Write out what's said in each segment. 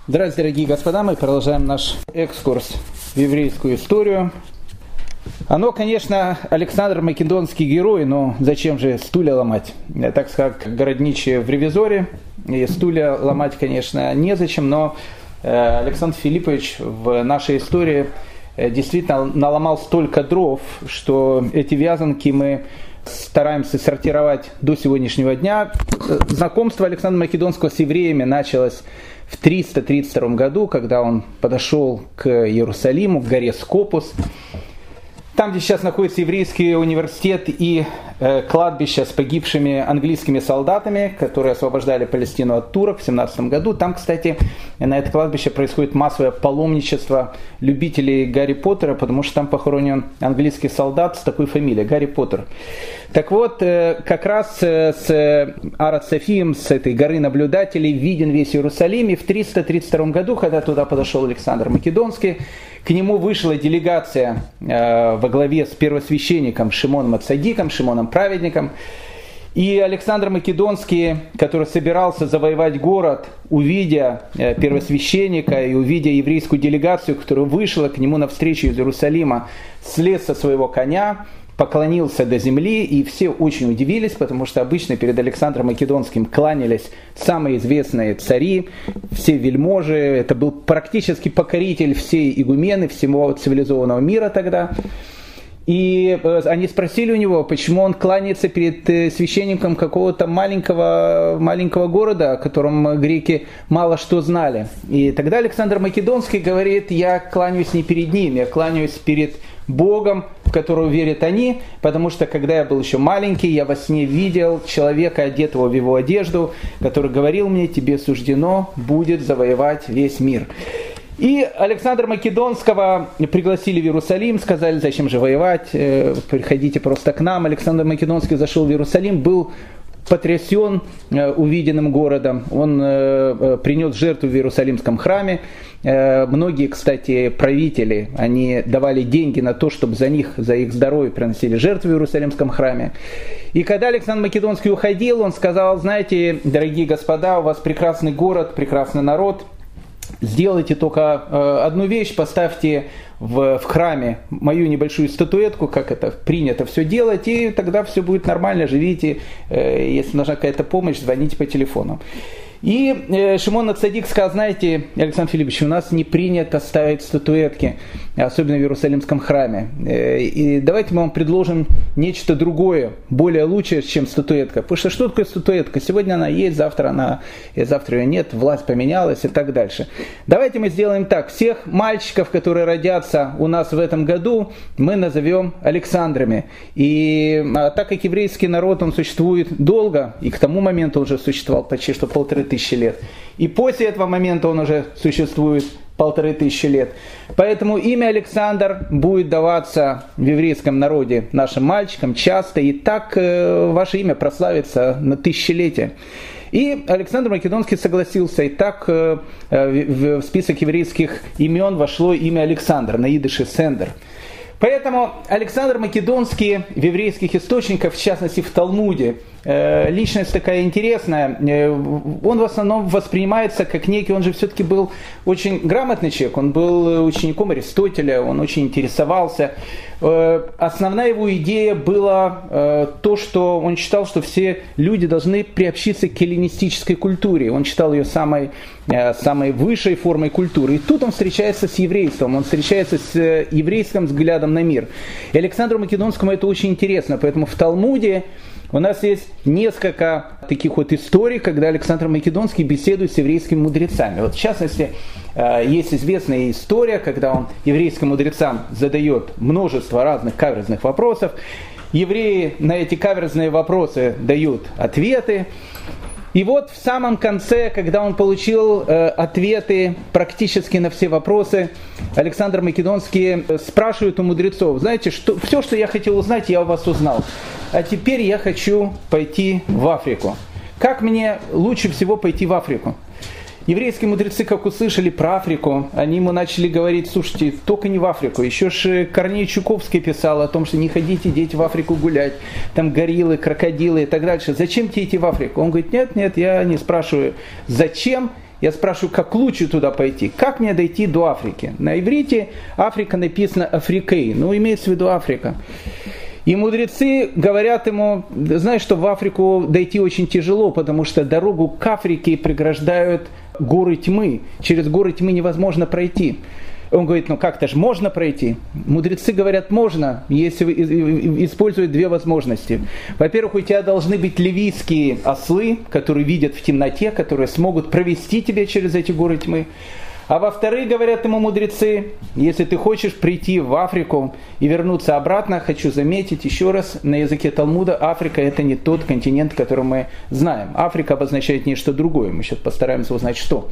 Здравствуйте, дорогие господа, мы продолжаем наш экскурс в еврейскую историю. Оно, конечно, Александр Македонский герой, но зачем же стулья ломать? Так как городничий в «Ревизоре», и стулья ломать, конечно, незачем, но Александр Филиппович в нашей истории действительно наломал столько дров, что эти вязанки мы стараемся сортировать до сегодняшнего дня. Знакомство Александра Македонского с евреями началось в 332 году, когда он подошел к Иерусалиму, к горе Скопус. Там, где сейчас находится еврейский университет и кладбище с погибшими английскими солдатами, которые освобождали Палестину от турок в 17 году. Там, кстати, на это кладбище происходит массовое паломничество любителей Гарри Поттера, потому что там похоронен английский солдат с такой фамилией, Гарри Поттер. Так вот, как раз с Арат Софием, с этой горы наблюдателей, виден весь Иерусалим. И в 332 году, когда туда подошел Александр Македонский, к нему вышла делегация во главе с первосвященником Шимоном аццадиком, Шимоном праведником. И Александр Македонский, который собирался завоевать город, увидя первосвященника и увидя еврейскую делегацию, которая вышла к нему навстречу из Иерусалима, слез со своего коня, поклонился до земли, и все очень удивились, потому что обычно перед Александром Македонским кланялись самые известные цари, все вельможи, это был практически покоритель всей игумены, всего цивилизованного мира тогда. И они спросили у него, почему он кланяется перед священником какого-то маленького города, о котором греки мало что знали. И тогда Александр Македонский говорит: я кланяюсь не перед ним, я кланяюсь перед Богом, в которого верят они, потому что когда я был еще маленький, я во сне видел человека, одетого в его одежду, который говорил мне: тебе суждено будет завоевать весь мир. И Александра Македонского пригласили в Иерусалим, сказали: зачем же воевать, приходите просто к нам. Александр Македонский зашел в Иерусалим, был потрясен увиденным городом. Он принес жертву в Иерусалимском храме. Многие, кстати, правители, они давали деньги на то, чтобы за их здоровье приносили жертву в Иерусалимском храме. И когда Александр Македонский уходил, он сказал: знаете, дорогие господа, у вас прекрасный город, прекрасный народ. Сделайте только одну вещь, поставьте в храме мою небольшую статуэтку, как это принято все делать, и тогда все будет нормально, живите. Если нужна какая-то помощь, звоните по телефону. И Шимон аццадик сказал: знаете, Александр Филиппович, у нас не принято ставить статуэтки, особенно в Иерусалимском храме. И давайте мы вам предложим нечто другое, более лучшее, чем статуэтка. Потому что такое статуэтка? Сегодня она есть, завтра ее нет, власть поменялась и так дальше. Давайте мы сделаем так. Всех мальчиков, которые родятся у нас в этом году, мы назовем Александрами. И так как еврейский народ, он существует долго, и к тому моменту он уже существовал почти что 1500 лет. И после этого момента он уже существует 1500 лет. Поэтому имя Александр будет даваться в еврейском народе нашим мальчикам часто, и так ваше имя прославится на тысячелетия. И Александр Македонский согласился, и так в список еврейских имен вошло имя Александр, на идыше Сендер. Поэтому Александр Македонский в еврейских источниках, в частности в Талмуде, личность такая интересная. Он в основном воспринимается как некий, он же все-таки был очень грамотный человек, он был учеником Аристотеля, он очень интересовался. Основная его идея была то, что он считал, что все люди должны приобщиться к эллинистической культуре. Он считал ее самой высшей формой культуры. И тут он встречается с еврейством, он встречается с еврейским взглядом на мир. И Александру Македонскому это очень интересно, поэтому в Талмуде у нас есть несколько таких вот историй, когда Александр Македонский беседует с еврейскими мудрецами. Вот в частности, есть известная история, когда он еврейским мудрецам задает множество разных каверзных вопросов. Евреи на эти каверзные вопросы дают ответы. И вот в самом конце, когда он получил ответы практически на все вопросы, Александр Македонский спрашивает у мудрецов: знаете, все, что я хотел узнать, я у вас узнал. А теперь я хочу пойти в Африку. Как мне лучше всего пойти в Африку? Еврейские мудрецы, как услышали про Африку, они ему начали говорить: слушайте, только не в Африку. Еще же Корней Чуковский писал о том, что не ходите, дети, в Африку гулять. Там гориллы, крокодилы и так дальше. Зачем тебе идти в Африку? Он говорит: нет, я не спрашиваю, зачем. Я спрашиваю, как лучше туда пойти? Как мне дойти до Африки? На иврите Африка написано Африкей, имеется в виду Африка. И мудрецы говорят ему, знаешь, что в Африку дойти очень тяжело, потому что дорогу к Африке преграждают горы тьмы. Через горы тьмы невозможно пройти. Он говорит, как-то же можно пройти. Мудрецы говорят, можно, если используют две возможности. Во-первых, у тебя должны быть ливийские ослы, которые видят в темноте, которые смогут провести тебя через эти горы тьмы. А во-вторых, говорят ему мудрецы, если ты хочешь прийти в Африку и вернуться обратно, хочу заметить еще раз, на языке Талмуда Африка это не тот континент, который мы знаем. Африка обозначает нечто другое, мы сейчас постараемся узнать что.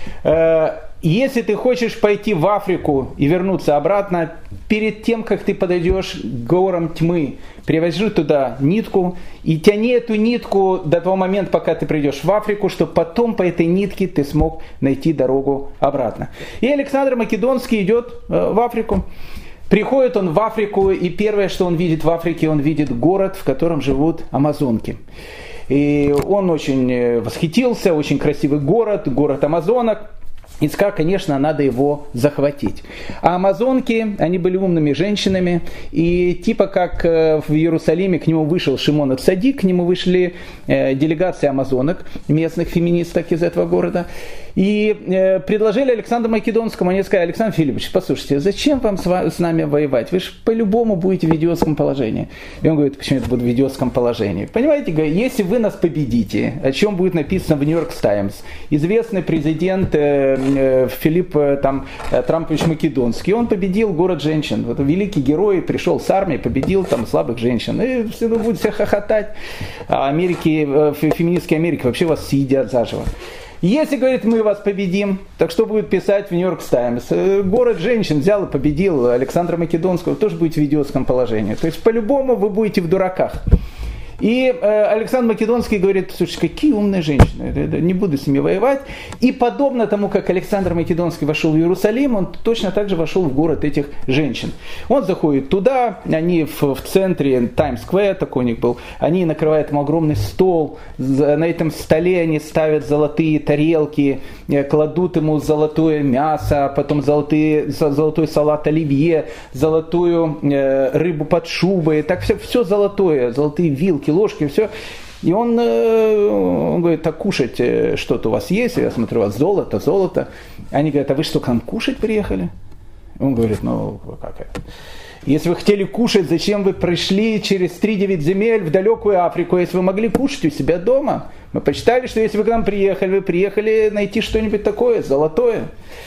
Если ты хочешь пойти в Африку и вернуться обратно, перед тем, как ты подойдешь к горам тьмы, привяжи туда нитку и тяни эту нитку до того момента, пока ты придешь в Африку, чтобы потом по этой нитке ты смог найти дорогу обратно. И Александр Македонский идет в Африку. Приходит он в Африку, и первое, что он видит в Африке, он видит город, в котором живут амазонки. И он очень восхитился, очень красивый город амазонок. И сказал, конечно, надо его захватить. А амазонки, они были умными женщинами. И типа как в Иерусалиме к нему вышел Шимон ат-Цадик, к нему вышли делегации амазонок, местных феминисток из этого города. И предложили Александру Македонскому, они сказали, Александр Филиппович, послушайте, зачем вам с нами воевать? Вы же по-любому будете в идиотском положении. И он говорит, почему это будет в идиотском положении? Понимаете, если вы нас победите, о чем будет написано в Нью-Йорк Таймс, известный президент Филипп Трампович Македонский, он победил город женщин. Вот великий герой пришел с армией, победил там слабых женщин. И все будут все хохотать. А феминистские Америки вообще вас съедят заживо. Если, говорит, мы вас победим, так что будет писать в Нью-Йорк Таймс? Город женщин взял и победил Александра Македонского, тоже будет в идиотском положении. То есть, по-любому вы будете в дураках. И Александр Македонский говорит, слушай, какие умные женщины, не буду с ними воевать. И подобно тому, как Александр Македонский вошел в Иерусалим, он точно так же вошел в город этих женщин. Он заходит туда, они в центре, Таймс-сквер такой у них был, они накрывают ему огромный стол, на этом столе они ставят золотые тарелки, кладут ему золотое мясо, потом золотой салат оливье, золотую рыбу под шубой, так все золотое, золотые вилки, ложки, все. И он говорит, так кушать что-то у вас есть? Я смотрю, у вас золото. Они говорят, а вы что, к нам кушать приехали? Он говорит, как это? Если вы хотели кушать, зачем вы пришли через 3-9 земель в далекую Африку, если вы могли кушать у себя дома? Мы посчитали, что если вы к нам приехали, вы приехали найти что-нибудь такое, золотое.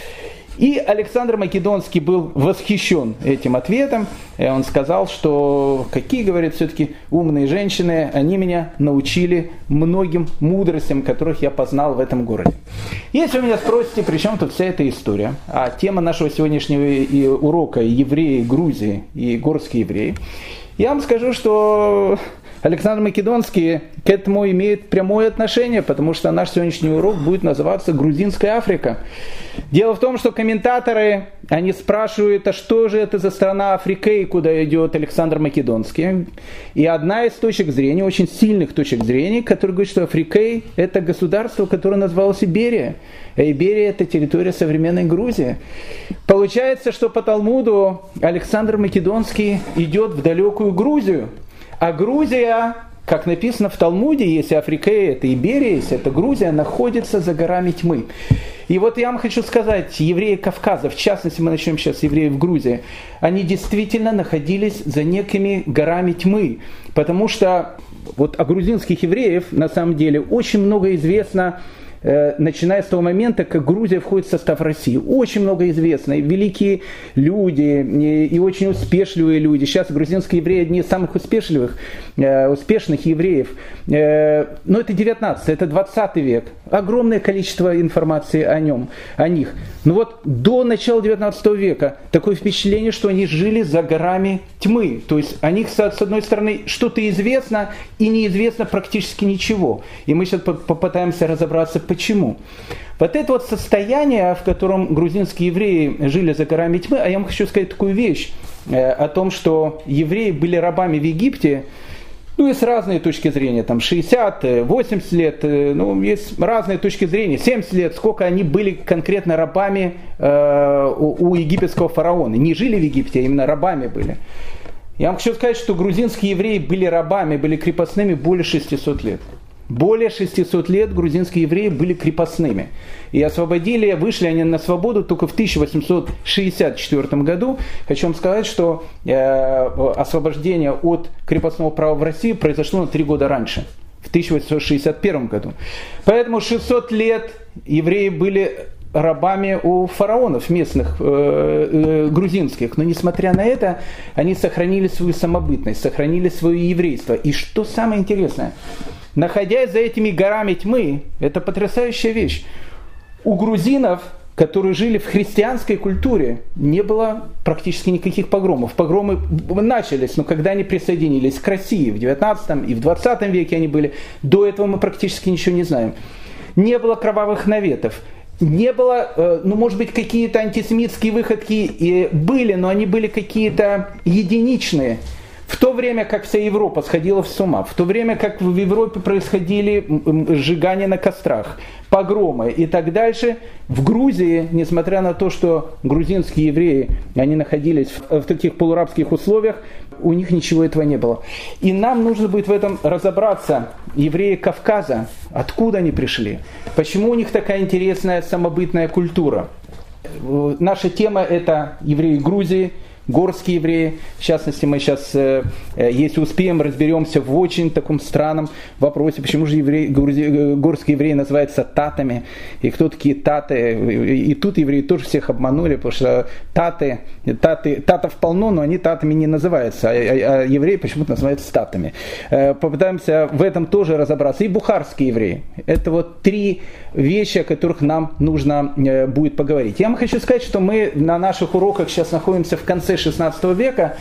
И Александр Македонский был восхищен этим ответом. И он сказал, что какие, говорит, все-таки умные женщины, они меня научили многим мудростям, которых я познал в этом городе. Если вы меня спросите, при чем тут вся эта история, а тема нашего сегодняшнего урока евреи Грузии и горские евреи, я вам скажу, что Александр Македонский к этому имеет прямое отношение, потому что наш сегодняшний урок будет называться «Грузинская Африка». Дело в том, что комментаторы, они спрашивают, а что же это за страна Африкей, куда идет Александр Македонский. И одна из точек зрения, очень сильных точек зрения, которая говорит, что Африкей – это государство, которое называлось Иберия. А Иберия – это территория современной Грузии. Получается, что по Талмуду Александр Македонский идет в далекую Грузию. А Грузия, как написано в Талмуде, если Африкея это Иберия, если это Грузия, находится за горами тьмы. И вот я вам хочу сказать, евреи Кавказа, в частности мы начнем сейчас с евреев Грузии, они действительно находились за некими горами тьмы. Потому что вот о грузинских евреев на самом деле очень много известно, начиная с того момента, как Грузия входит в состав России. Очень много известно. И великие люди, и очень успешливые люди. Сейчас грузинские евреи одни из самых успешных евреев. Но это 19, это 20 век. Огромное количество информации о них. Но вот до начала 19 века такое впечатление, что они жили за горами тьмы. То есть о них, с одной стороны, что-то известно, и неизвестно практически ничего. И мы сейчас попытаемся разобраться, почему. Вот это вот состояние, в котором грузинские евреи жили за горами тьмы, а я вам хочу сказать такую вещь, о том, что евреи были рабами в Египте, Ну, есть разные точки зрения, там 60, 80 лет, ну, есть разные точки зрения, 70 лет, сколько они были конкретно рабами у египетского фараона. Не жили в Египте, а именно рабами были. Я вам хочу сказать, что грузинские евреи были рабами, были крепостными более 600 лет. Более 600 лет грузинские евреи были крепостными. И освободили, вышли они на свободу только в 1864 году. Хочу вам сказать, что освобождение от крепостного права в России произошло на 3 года раньше, в 1861 году. Поэтому 600 лет евреи были рабами у фараонов местных, грузинских. Но несмотря на это, они сохранили свою самобытность, сохранили свое еврейство. И что самое интересное, находясь за этими горами тьмы, это потрясающая вещь. У грузинов, которые жили в христианской культуре, не было практически никаких погромов. Погромы начались, но когда они присоединились к России в 19 и в 20 веке они были, до этого мы практически ничего не знаем. Не было кровавых наветов. Не было, ну, может быть, какие-то антисемитские выходки и были, но они были какие-то единичные. В то время как вся Европа сходила с ума, в то время как в Европе происходили сжигания на кострах, погромы и так дальше, в Грузии, несмотря на то, что грузинские евреи, они находились в таких полурабских условиях, у них ничего этого не было. И нам нужно будет в этом разобраться. Евреи Кавказа, откуда они пришли, почему у них такая интересная самобытная культура. Наша тема это евреи Грузии, горские евреи. В частности, мы сейчас, если успеем, разберемся в очень таком странном вопросе, почему же горские евреи называются татами, и кто такие таты. И тут евреи тоже всех обманули, потому что татов полно, но они татами не называются, а евреи почему-то называются татами. Попытаемся в этом тоже разобраться. И бухарские евреи. Это вот 3 вещи, о которых нам нужно будет поговорить. Я вам хочу сказать, что мы на наших уроках сейчас находимся в конце 16 века,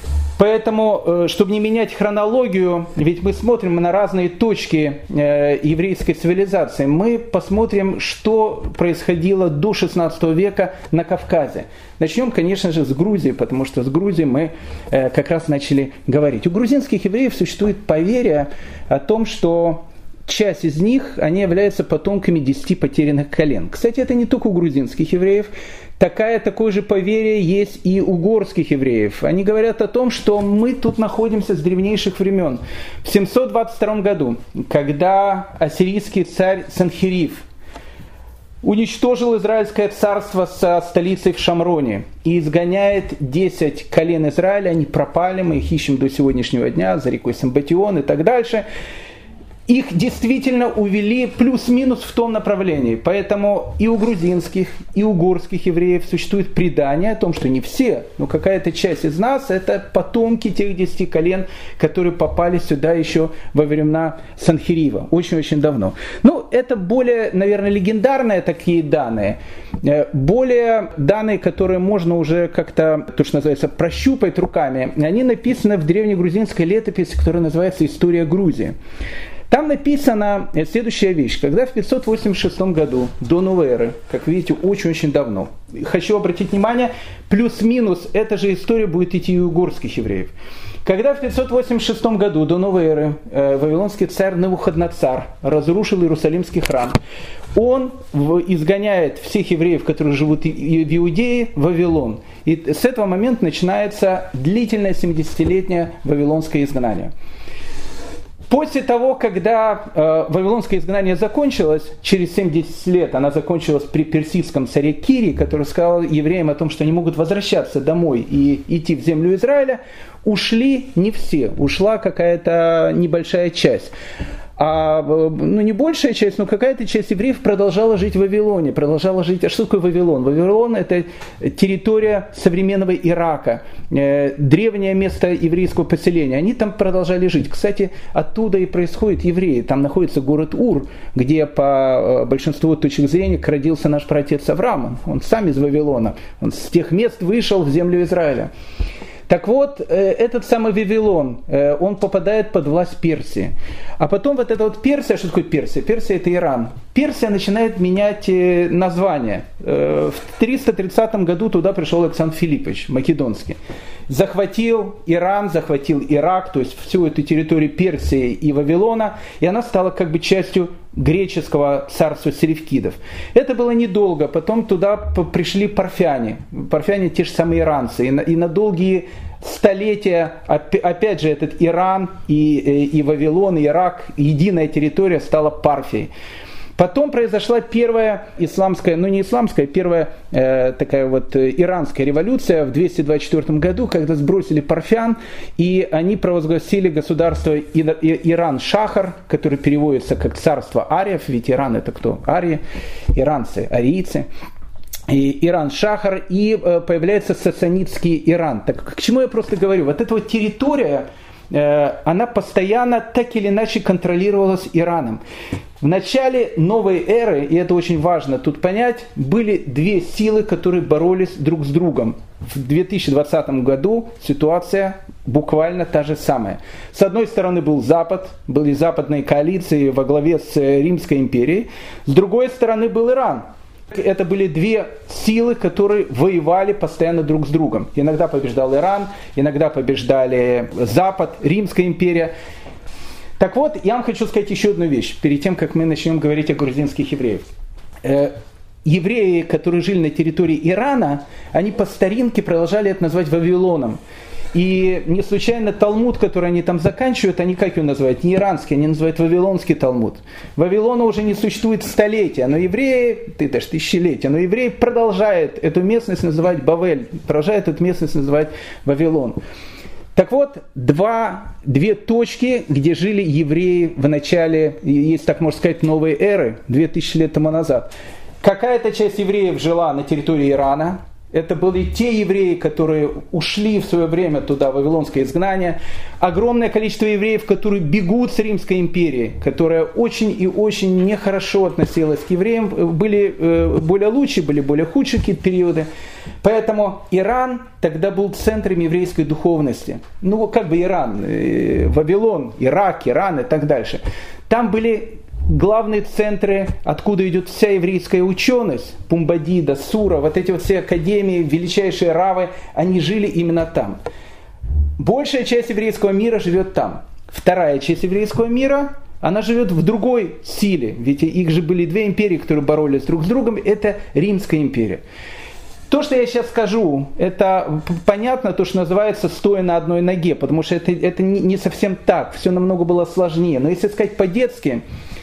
поэтому, чтобы не менять хронологию, ведь мы смотрим на разные точки еврейской цивилизации, мы посмотрим, что происходило до 16 века на Кавказе. Начнем, конечно же, с Грузии, потому что с Грузией мы как раз начали говорить. У грузинских евреев существует поверье о том, что часть из них, они являются потомками 10 потерянных колен. Кстати, это не только у грузинских евреев. Такое же поверье есть и у горских евреев. Они говорят о том, что мы тут находимся с древнейших времен. В 722 году, когда ассирийский царь Санхериф уничтожил Израильское царство со столицей в Шамроне и изгоняет 10 колен Израиля, они пропали, мы их ищем до сегодняшнего дня, за рекой Самбатион и так дальше. Их действительно увели плюс-минус в том направлении. Поэтому и у грузинских, и у горских евреев существует предание о том, что не все, но какая-то часть из нас это потомки тех 10 колен, которые попали сюда еще во времена Санхерива. Очень-очень давно. Ну, это более, наверное, легендарные такие данные. Более данные, которые можно уже как-то, то, что называется, прощупать руками, они написаны в древнегрузинской летописи, которая называется «История Грузии». Там написана следующая вещь. Когда в 586 году до новой эры, как видите, очень-очень давно, хочу обратить внимание, плюс-минус эта же история будет идти и у горских евреев. Когда в 586 году до новой эры вавилонский царь Навуходоносор разрушил Иерусалимский храм, он изгоняет всех евреев, которые живут в Иудее, в Вавилон. И с этого момента начинается длительное 70-летнее вавилонское изгнание. После того, когда вавилонское изгнание закончилось, через 70 лет она закончилась при персидском царе Кире, который сказал евреям о том, что они могут возвращаться домой и идти в землю Израиля, ушли не все, ушла какая-то небольшая часть. Не большая часть, но какая-то часть евреев продолжала жить в Вавилоне, продолжала жить. А что такое Вавилон? Вавилон – это территория современного Ирака, древнее место еврейского поселения. Они там продолжали жить. Кстати, оттуда и происходят евреи. Там находится город Ур, где по большинству точек зрения родился наш праотец Авраам. Он сам из Вавилона. Он с тех мест вышел в землю Израиля. Так вот, этот самый Вавилон, он попадает под власть Персии. А потом вот эта вот Персия, что такое Персия? Персия это Иран. Персия начинает менять название. В 330 году туда пришел Александр Филиппович Македонский. захватил Иран, захватил Ирак, то есть всю эту территорию Персии и Вавилона, и она стала как бы частью греческого царства селевкидов. Это было недолго, потом туда пришли парфяне, парфяне те же самые иранцы, и на долгие столетия, опять же, этот Иран и Вавилон, и Ирак, единая территория стала Парфией. Потом произошла первая исламская, ну не исламская, первая такая вот иранская революция в 224 году, когда сбросили парфян, и они провозгласили государство Иран-Шахар, которое переводится как царство ариев, ведь Иран это кто? Арии, иранцы, арийцы. И Иран-Шахар, и появляется сасанидский Иран. Так к чему я просто говорю? Вот эта вот территория, она постоянно так или иначе контролировалась Ираном. В начале новой эры, и это очень важно тут понять, были две силы, которые боролись друг с другом. В 2020 году ситуация буквально та же самая. С одной стороны был Запад, были западные коалиции во главе с Римской империей, с другой стороны был Иран. Это были две силы, которые воевали постоянно друг с другом. Иногда побеждал Иран, иногда побеждали Запад, Римская империя. Так вот, я вам хочу сказать еще одну вещь, перед тем, как мы начнем говорить о грузинских евреях. Евреи, которые жили на территории Ирана, они по старинке продолжали это называть Вавилоном. И не случайно Талмуд, который они там заканчивают, они как его называют? Не иранский, они называют Вавилонский Талмуд. Вавилона уже не существует столетия, но евреи, даже тысячелетия, но евреи продолжают эту местность называть Бавель, продолжают эту местность называть Вавилон. Так вот, две точки, где жили евреи в начале, если так можно сказать, новой эры, 2000 лет тому назад. Какая-то часть евреев жила на территории Ирана. Это были те евреи, которые ушли в свое время туда, в вавилонское изгнание. Огромное количество евреев, которые бегут с Римской империи, которая очень и очень нехорошо относилась к евреям. Были более лучшие, были более худшие какие-то периоды. Поэтому Иран тогда был центром еврейской духовности. Ну, как бы Иран, Вавилон, Ирак, Иран и так дальше. Там были главные центры, откуда идет вся еврейская ученость, Пумбадида, Сура, вот эти вот все академии, величайшие раввы, они жили именно там. Большая часть еврейского мира живет там. Вторая часть еврейского мира, она живет в другой силе, ведь их же были две империи, которые боролись друг с другом, это Римская империя. То, что я сейчас скажу, это понятно, то, что называется «стоя на одной ноге», потому что это не совсем так, все намного было сложнее. Но если сказать по-детски,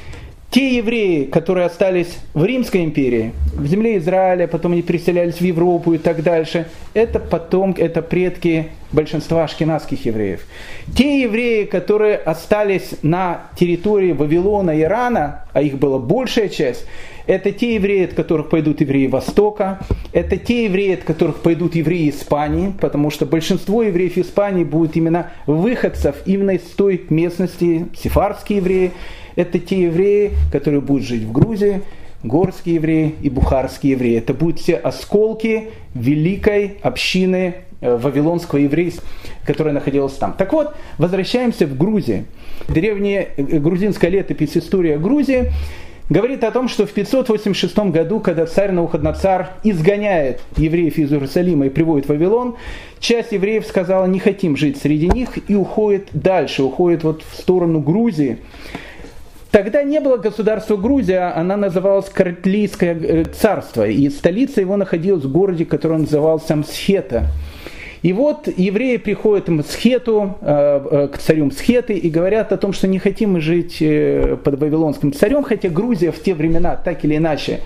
те евреи, которые остались в Римской империи, в земле Израиля, потом они переселялись в Европу и так дальше, это предки большинства ашкеназских евреев. Те евреи, которые остались на территории Вавилона, Ирана, а их была большая часть, это те евреи, от которых пойдут евреи Востока, это те евреи, от которых пойдут евреи Испании, потому что большинство евреев Испании будут именно выходцев именно из той местности, сефардские евреи. Это те евреи, которые будут жить в Грузии, горские евреи и бухарские евреи. Это будут все осколки великой общины вавилонского еврейства, которая находилась там. Так вот, возвращаемся в Грузию. Древняя грузинская летопись «История Грузии» говорит о том, что в 586 году, когда царь Навуходоносор изгоняет евреев из Иерусалима и приводит в Вавилон, часть евреев сказала: не хотим жить среди них, и уходит дальше, уходит вот в сторону Грузии. Тогда не было государства Грузия, она называлась Картлийское царство, и столица его находилась в городе, который назывался Мсхета. И вот евреи приходят к Мсхету, к царю Мсхеты, и говорят о том, что не хотим мы жить под вавилонским царем, хотя Грузия в те времена так или иначе,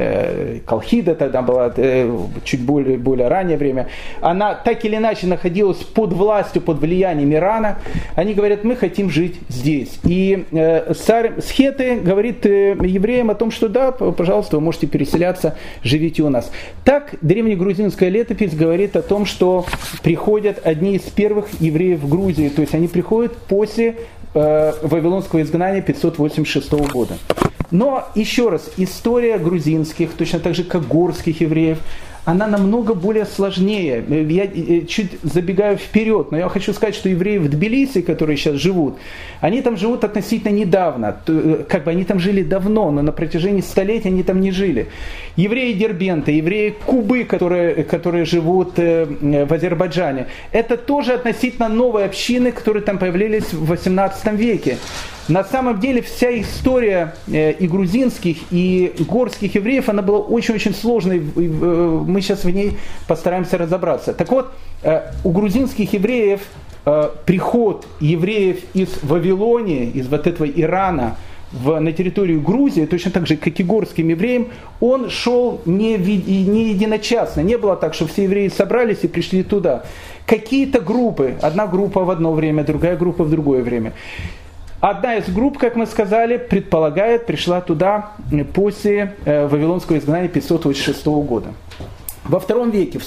Колхида тогда была чуть более раннее время, она так или иначе находилась под властью, под влиянием Ирана. Они говорят: мы хотим жить здесь. И царь Мсхеты говорит евреям о том, что да, пожалуйста, вы можете переселяться, живите у нас. Так древнегрузинская летопись говорит о том, что приходят одни из первых евреев в Грузии, то есть они приходят после вавилонского изгнания 586 года. Но, еще раз, история грузинских, точно так же как горских евреев, она намного более сложнее. Я чуть забегаю вперед, но я хочу сказать, что евреи в Тбилиси, которые сейчас живут, они там живут относительно недавно. Как бы они там жили давно, но на протяжении столетий они там не жили. Евреи Дербента, евреи Кубы, которые живут в Азербайджане, это тоже относительно новые общины, которые там появились в 18 веке. На самом деле вся история и грузинских, и горских евреев, она была очень-очень сложной. Мы сейчас в ней постараемся разобраться. Так вот, у грузинских евреев приход евреев из Вавилонии, из вот этого Ирана на территорию Грузии, точно так же, как и горским евреям, он шел не единочасно. Не было так, что все евреи собрались и пришли туда. Какие-то группы, одна группа в одно время, другая группа в другое время. Одна из групп, как мы сказали, предполагает, пришла туда после Вавилонского изгнания 586 года. Во втором веке, в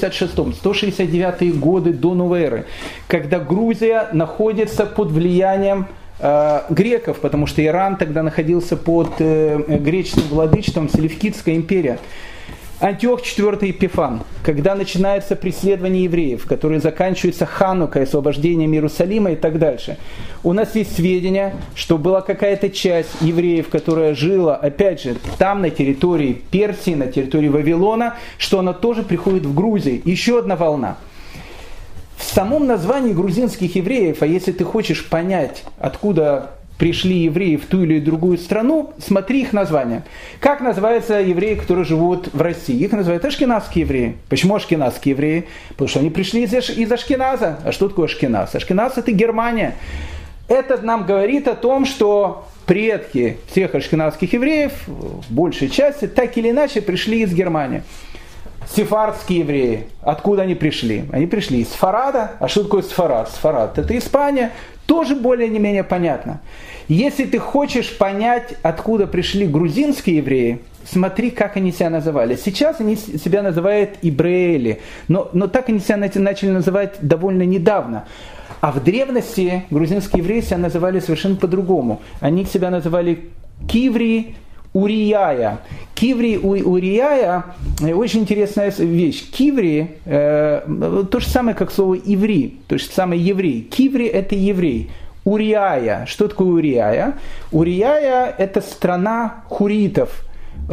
166-169 годы до новой эры, когда Грузия находится под влиянием греков, потому что Иран тогда находился под греческим владычеством, Селевкидская империя. Антиох IV Епифан, когда начинается преследование евреев, которые заканчиваются Ханукой, освобождением Иерусалима и так дальше. У нас есть сведения, что была какая-то часть евреев, которая жила, опять же, там на территории Персии, на территории Вавилона, что она тоже приходит в Грузию. Еще одна волна. В самом названии грузинских евреев, а если ты хочешь понять, откуда пришли евреи в ту или другую страну, смотри их названия. Как называются евреи, которые живут в России? Их называют ашкеназские евреи. Почему ашкеназские евреи? Потому что они пришли из Ашкеназа. А что такое Ашкеназ? Ашкеназ – это Германия. Это нам говорит о том, что предки всех ашкеназских евреев, в большей части, так или иначе пришли из Германии. Сефардские евреи. Откуда они пришли? Они пришли из Сфарада. А что такое Сфарад? Сфарад – это Испания. Тоже более-не-менее понятно. Если ты хочешь понять, откуда пришли грузинские евреи, смотри, как они себя называли. Сейчас они себя называют ибреэли, но так они себя начали называть довольно недавно. А в древности грузинские евреи себя называли совершенно по-другому. Они себя называли киври Урияя. Киври Урияя очень интересная вещь. Киври то же самое, как слово иври, то же самое еврей. Киври это еврей. Урияя. Что такое Урияя? Урияя это страна хуритов.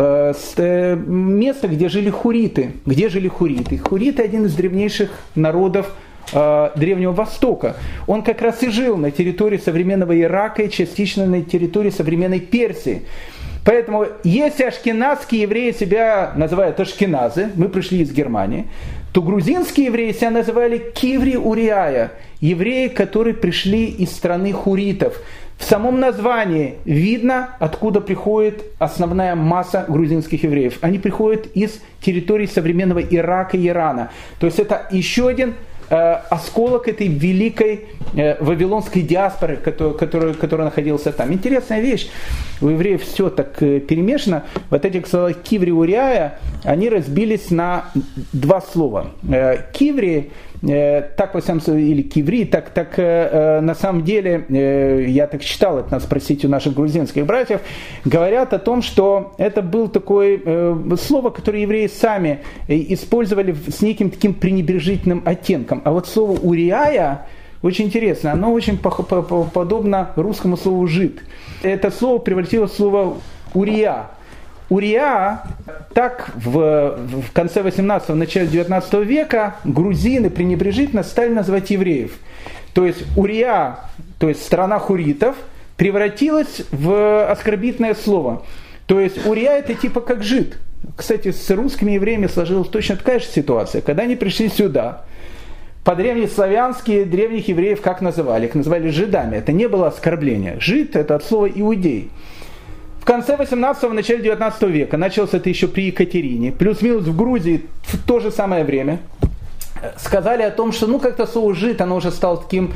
Место, где жили хуриты. Где жили хуриты? Хуриты один из древнейших народов Древнего Востока. Он как раз и жил на территории современного Ирака и частично на территории современной Персии. Поэтому, если ашкеназские евреи себя называют ашкеназы, мы пришли из Германии, то грузинские евреи себя называли киври урияя, евреи, которые пришли из страны хуритов. В самом названии видно, откуда приходит основная масса грузинских евреев. Они приходят из территории современного Ирака и Ирана. То есть это еще один осколок этой великой вавилонской диаспоры, которая находилась там. Интересная вещь. У евреев все так перемешано. Вот эти слова киври уряя, они разбились на два слова. Киври, так во всяком случае, или киври, так на самом деле, я так читал, это надо спросить у наших грузинских братьев, говорят о том, что это было такое слово, которое евреи сами использовали с неким таким пренебрежительным оттенком. А вот слово урияя, очень интересно, оно очень подобно русскому слову «жид». Это слово превратилось в слово «урия». Урия, так в конце 18-го, начале 19 века грузины пренебрежительно стали называть евреев. То есть Урия, то есть страна хуритов, превратилась в оскорбительное слово. То есть Урия это типа как жид. Кстати, с русскими евреями сложилась точно такая же ситуация. Когда они пришли сюда, по-древнеславянски древних евреев как называли? Их называли жидами. Это не было оскорбление. Жид это от слова иудей. В конце 18-го, начале 19 века, началось это еще при Екатерине, плюс-минус в Грузии в то же самое время, сказали о том, что как-то слово «жид», оно уже стало таким,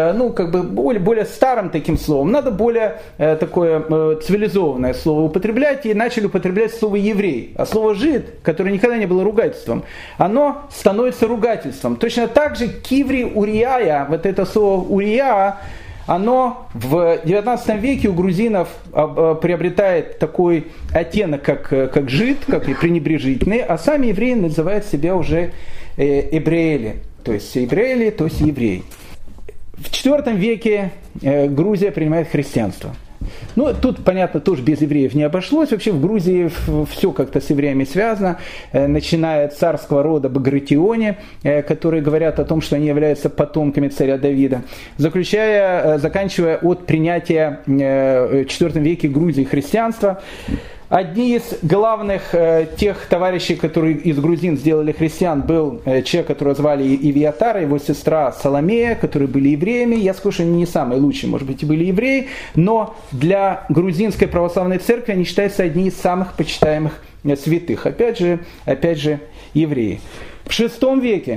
более старым таким словом, надо более такое цивилизованное слово употреблять, и начали употреблять слово «еврей». А слово «жид», которое никогда не было ругательством, оно становится ругательством. Точно так же киври урияя, вот это слово урия, оно в XIX веке у грузинов приобретает такой оттенок, как жид, как и пренебрежительный, а сами евреи называют себя уже эбреили, то есть евреи, то есть евреи. В IV веке Грузия принимает христианство. Ну, тут, понятно, тоже без евреев не обошлось. Вообще в Грузии все как-то с евреями связано, начиная от царского рода Багратиони, которые говорят о том, что они являются потомками царя Давида, заканчивая от принятия в IV веке Грузии христианства. Одни из главных тех товарищей, которые из грузин сделали христиан, был человек, которого звали Ивиатар, его сестра Соломея, которые были евреями. Я скажу, что они не самые лучшие, может быть, и были евреи, но для грузинской православной церкви они считаются одни из самых почитаемых святых. Опять же, евреи. В VI веке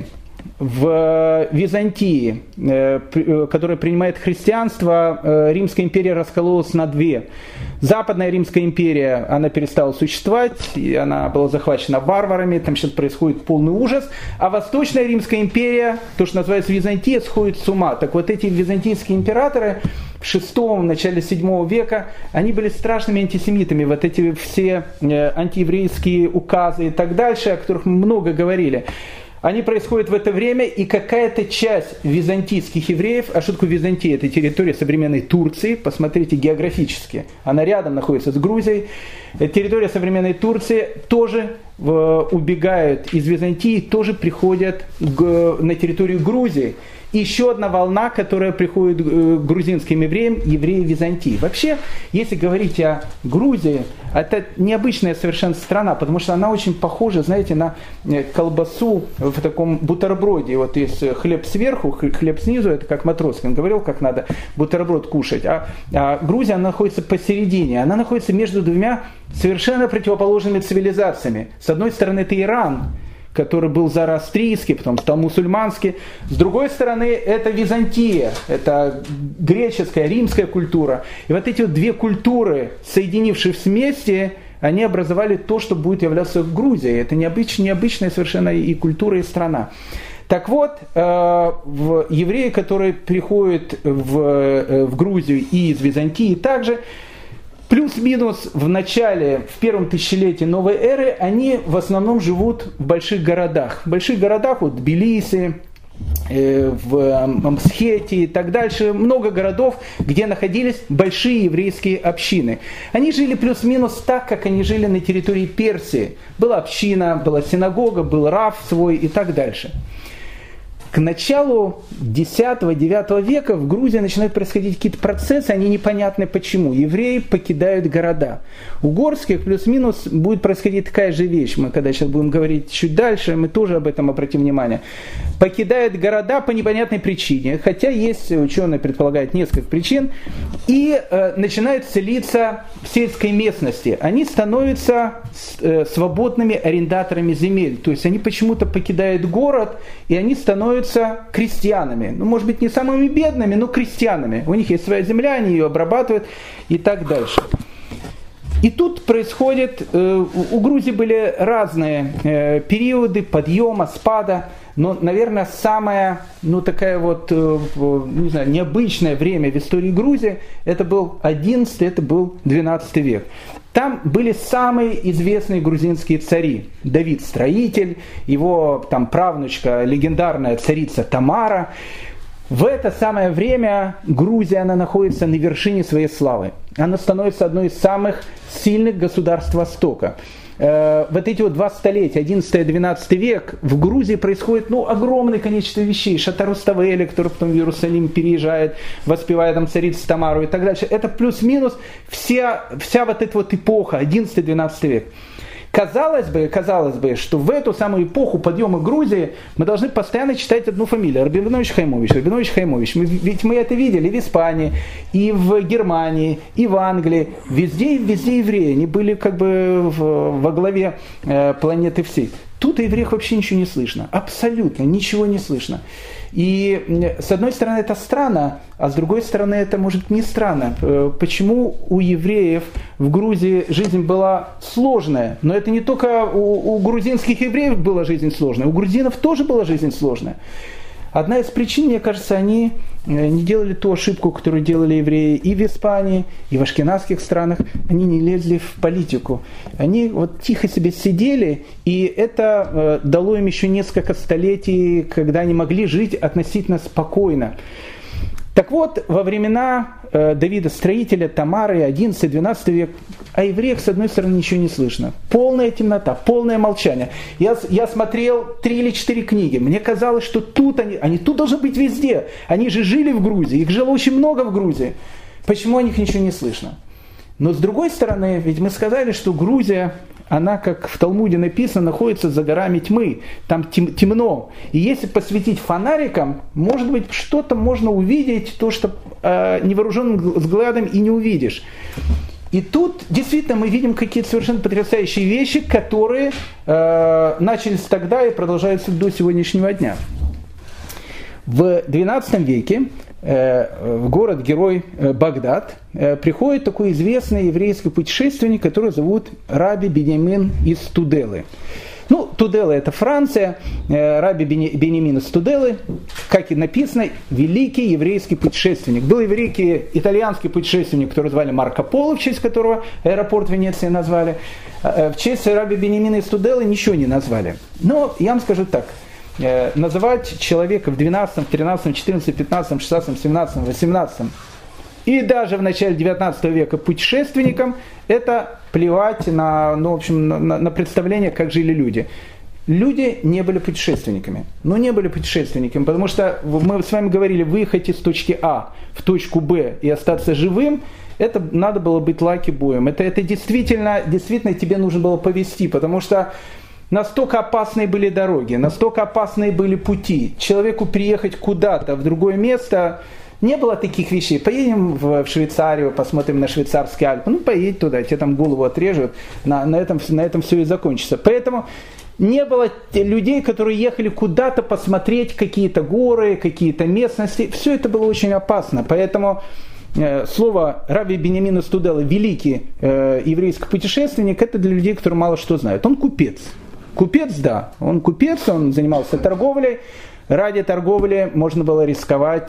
в Византии, которая принимает христианство, Римская империя раскололась на две. Западная Римская империя, она перестала существовать, и она была захвачена варварами, там сейчас происходит полный ужас. А Восточная Римская империя, то, что называется Византия, сходит с ума. Так вот эти византийские императоры в VI, начале VII века, они были страшными антисемитами. Вот эти все антиеврейские указы и так дальше, о которых мы много говорили, они происходят в это время, и какая-то часть византийских евреев, а что такое Византия? Это территория современной Турции, посмотрите географически, она рядом находится с Грузией, территория современной Турции, тоже убегают из Византии, тоже приходят на территорию Грузии. И еще одна волна, которая приходит к грузинским евреям, евреи Византии. Вообще, если говорить о Грузии, это необычная совершенно страна, потому что она очень похожа, знаете, на колбасу в таком бутерброде. Вот есть хлеб сверху, хлеб снизу, это как Матроскин говорил, как надо бутерброд кушать. А Грузия, она находится посередине, она находится между двумя совершенно противоположными цивилизациями. С одной стороны, это Иран, который был зороастрийский, потом стал мусульманский. С другой стороны, это Византия, это греческая, римская культура. И вот эти вот две культуры, соединившись вместе, они образовали то, что будет являться Грузией. Это необычная совершенно и культура, и страна. Так вот, евреи, которые приходят в Грузию и из Византии также, плюс-минус в первом тысячелетии новой эры, они в основном живут в больших городах. В больших городах, вот Тбилиси, в Мсхете и так дальше, много городов, где находились большие еврейские общины. Они жили плюс-минус так, как они жили на территории Персии. Была община, была синагога, был рав свой и так дальше. К началу X-IX века в Грузии начинают происходить какие-то процессы, они непонятны почему. Евреи покидают города. У горских плюс-минус будет происходить такая же вещь. Мы когда сейчас будем говорить чуть дальше, мы тоже об этом обратим внимание. Покидают города по непонятной причине, хотя есть, ученые предполагают, несколько причин, и начинают селиться в сельской местности. Они становятся свободными арендаторами земель. То есть они почему-то покидают город, и они становятся крестьянами. Ну, может быть, не самыми бедными, но крестьянами. У них есть своя земля, они ее обрабатывают и так дальше. И тут происходит, у Грузии были разные периоды подъема, спада, но, наверное, самое, необычное время в истории Грузии, это был XI, это был XII век. Там были самые известные грузинские цари. Давид Строитель, его там правнучка, легендарная царица Тамара. В это самое время Грузия, она находится на вершине своей славы. Она становится одной из самых сильных государств Востока. Вот эти вот два столетия, XI и XII век, в Грузии происходит огромное количество вещей. Шатар Руставели, который потом в Иерусалим переезжает, воспевая там царицу Тамару и так дальше. Это плюс-минус вся вот эта вот эпоха, XI-XII век. Казалось бы, что в эту самую эпоху подъема Грузии мы должны постоянно читать одну фамилию. Рабинович Хаймович. Ведь мы это видели в Испании, и в Германии, и в Англии. Везде евреи. Они были как бы во главе планеты всей. Тут о евреях вообще ничего не слышно. Абсолютно ничего не слышно. И с одной стороны это странно, а с другой стороны это может не странно. Почему у евреев в Грузии жизнь была сложная? Но это не только у грузинских евреев была жизнь сложная, у грузинов тоже была жизнь сложная. Одна из причин, мне кажется, они не делали ту ошибку, которую делали евреи и в Испании, и в ашкеназских странах. Они не лезли в политику. Они вот тихо себе сидели, и это дало им еще несколько столетий, когда они могли жить относительно спокойно. Так вот, во времена Давида Строителя, Тамары, 11-12 век, о евреях, с одной стороны, ничего не слышно. Полная темнота, полное молчание. Я смотрел 3 или 4 книги. Мне казалось, что тут они тут должны быть везде. Они же жили в Грузии, их жило очень много в Грузии. Почему о них ничего не слышно? Но с другой стороны, ведь мы сказали, что Грузия, она, как в Талмуде написано, находится за горами тьмы. Там темно. И если посветить фонариком, может быть, что-то можно увидеть, то, что невооруженным взглядом и не увидишь. И тут действительно мы видим какие-то совершенно потрясающие вещи, которые начались тогда и продолжаются до сегодняшнего дня. В XII веке в город-герой Багдад приходит такой известный еврейский путешественник, который зовут Раби Биньямин из Туделы. Ну, Тудела — это Франция, Раби Биньямин из Туделы, как и написано, великий еврейский путешественник. Был великий итальянский путешественник, которого звали Марко Поло, в честь которого аэропорт Венеции назвали. В честь Раби Биньямина из Туделы ничего не назвали. Но я вам скажу так. Называть человека в 12, 13, 14, 15, 16, 17, 18 и даже в начале 19 века путешественником, это плевать на представление, как жили люди. Люди не были путешественниками. Но не были путешественниками, потому что мы с вами говорили, выехать из точки А в точку Б и остаться живым, это надо было быть лаки-боем. Это действительно тебе нужно было повезти, потому что настолько опасные были дороги, настолько опасные были пути. Человеку приехать куда-то, в другое место, не было таких вещей. Поедем в Швейцарию, посмотрим на швейцарские Альпы. Ну, поедь туда, тебе там голову отрежут. На этом все и закончится. Поэтому не было людей, которые ехали куда-то посмотреть какие-то горы, какие-то местности. Все это было очень опасно. Поэтому слово Раби Биньямин из Туделы, великий еврейский путешественник, это для людей, которые мало что знают. Он купец. Купец, да, он купец, он занимался торговлей. Ради торговли можно было рисковать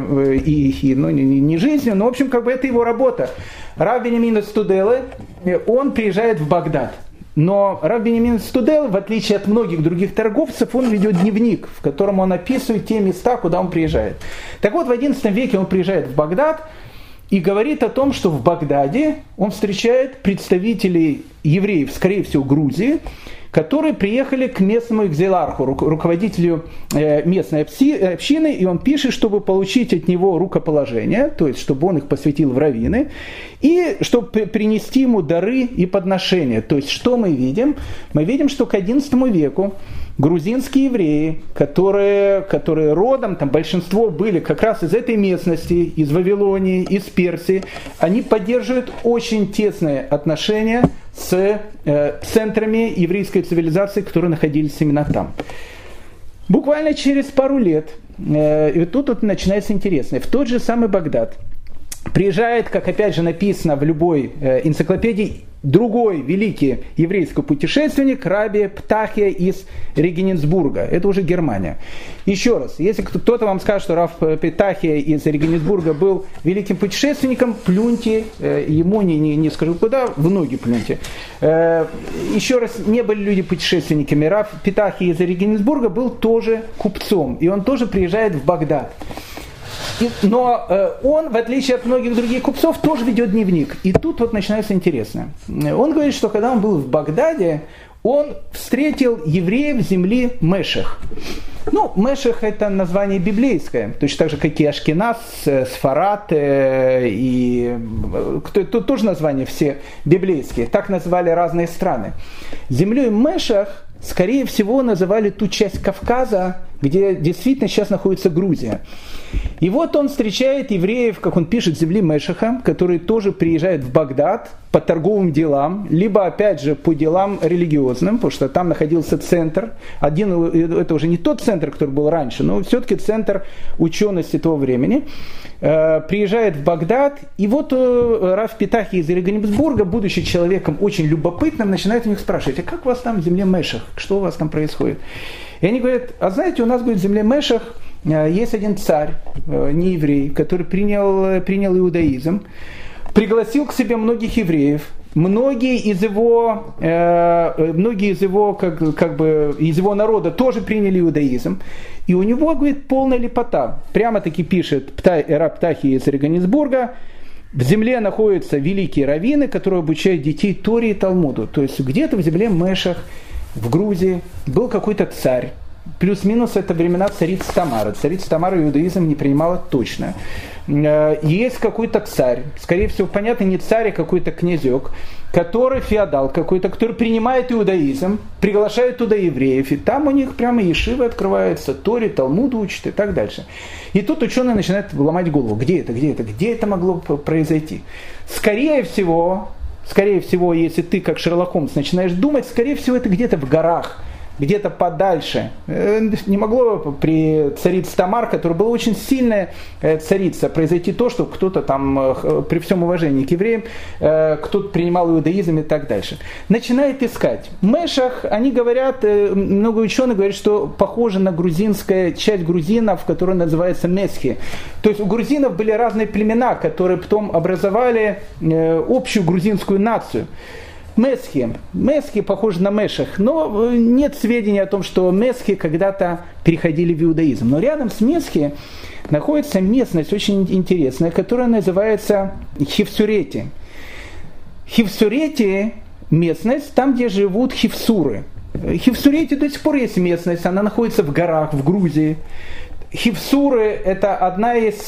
не жизнью, но, в общем, это его работа. Рав Биньямин из Туделы, он приезжает в Багдад. Но Рав Биньямин из Туделы, в отличие от многих других торговцев, он ведет дневник, в котором он описывает те места, куда он приезжает. Так вот, в XI веке он приезжает в Багдад и говорит о том, что в Багдаде он встречает представителей евреев, скорее всего, Грузии, которые приехали к местному экзиларху, руководителю местной общины, и он пишет, чтобы получить от него рукоположение, то есть чтобы он их посвятил в раввины, и чтобы принести ему дары и подношения. То есть что мы видим? Мы видим, что к XI веку грузинские евреи, которые родом, там большинство были как раз из этой местности, из Вавилонии, из Персии, они поддерживают очень тесные отношения с центрами еврейской цивилизации, которые находились именно там. Буквально через пару лет, и тут начинается интересное, в тот же самый Багдад приезжает, как опять же написано в любой энциклопедии, другой великий еврейский путешественник Раби Птахия из Регенсбурга. Это уже Германия. Еще раз, если кто-то вам скажет, что Рав Птахия из Регенсбурга был великим путешественником, плюньте, ему не скажу куда, в ноги плюньте. Еще раз, не были люди путешественниками. Рав Птахия из Регенсбурга был тоже купцом, и он тоже приезжает в Багдад. Но он, в отличие от многих других купцов, тоже ведет дневник. И тут начинается интересное. Он говорит, что когда он был в Багдаде, он встретил евреев земли Мешех. Мешех — это название библейское, точно так же, как и Ашкеназ, Сфарат, и тут тоже названия все библейские. Так называли разные страны. Землей Мешех, скорее всего, называли ту часть Кавказа, где действительно сейчас находится Грузия. И вот он встречает евреев, как он пишет, земли Мешеха, которые тоже приезжают в Багдад по торговым делам, либо, опять же, по делам религиозным, потому что там находился центр. Это уже не тот центр, который был раньше, но все-таки центр учености того времени. Приезжает в Багдад, и вот Рав Птахия из Регенсбурга, будучи человеком очень любопытным, начинает у них спрашивать: а как у вас там в земле Мешех? Что у вас там происходит? И они говорят: а знаете, у нас, говорит, в земле Мешех есть один царь, не еврей, который принял иудаизм, пригласил к себе многих евреев. Многие из его из его народа тоже приняли иудаизм. И у него, говорит, полная лепота. Прямо-таки пишет раб Птахи из Регенсбурга: в земле находятся великие раввины, которые обучают детей Торе и Талмуду. То есть где-то в земле Мешах, в Грузии, был какой-то царь. Плюс-минус это времена царицы Тамары. Царица Тамара иудаизм не принимала точно. Есть какой-то царь, скорее всего, понятно, не царь, а какой-то князек, который феодал какой-то, который принимает иудаизм, приглашает туда евреев, и там у них прямо ешивы открываются, Торе, Талмуду учат и так дальше. И тут ученые начинают ломать голову, где это могло произойти. Скорее всего, если ты, как Шерлок Холмс, начинаешь думать, скорее всего, это где-то в горах, где-то подальше. Не могло при царице Тамар, которая была очень сильная царица, произойти то, что кто-то там, при всем уважении к евреям, кто-то принимал иудаизм и так дальше. Начинает искать. Мешах, они говорят, много ученых говорят, что похоже на грузинская часть грузинов, которая называется Месхи. То есть у грузинов были разные племена, которые потом образовали общую грузинскую нацию. Месхи похожи на Мешах, но нет сведений о том, что Месхи когда-то переходили в иудаизм. Но рядом с Месхи находится местность очень интересная, которая называется Хевсурети. Хевсурети – местность, там, где живут хевсуры. Хевсурети до сих пор есть местность, она находится в горах, в Грузии. Хевсуры – это одна из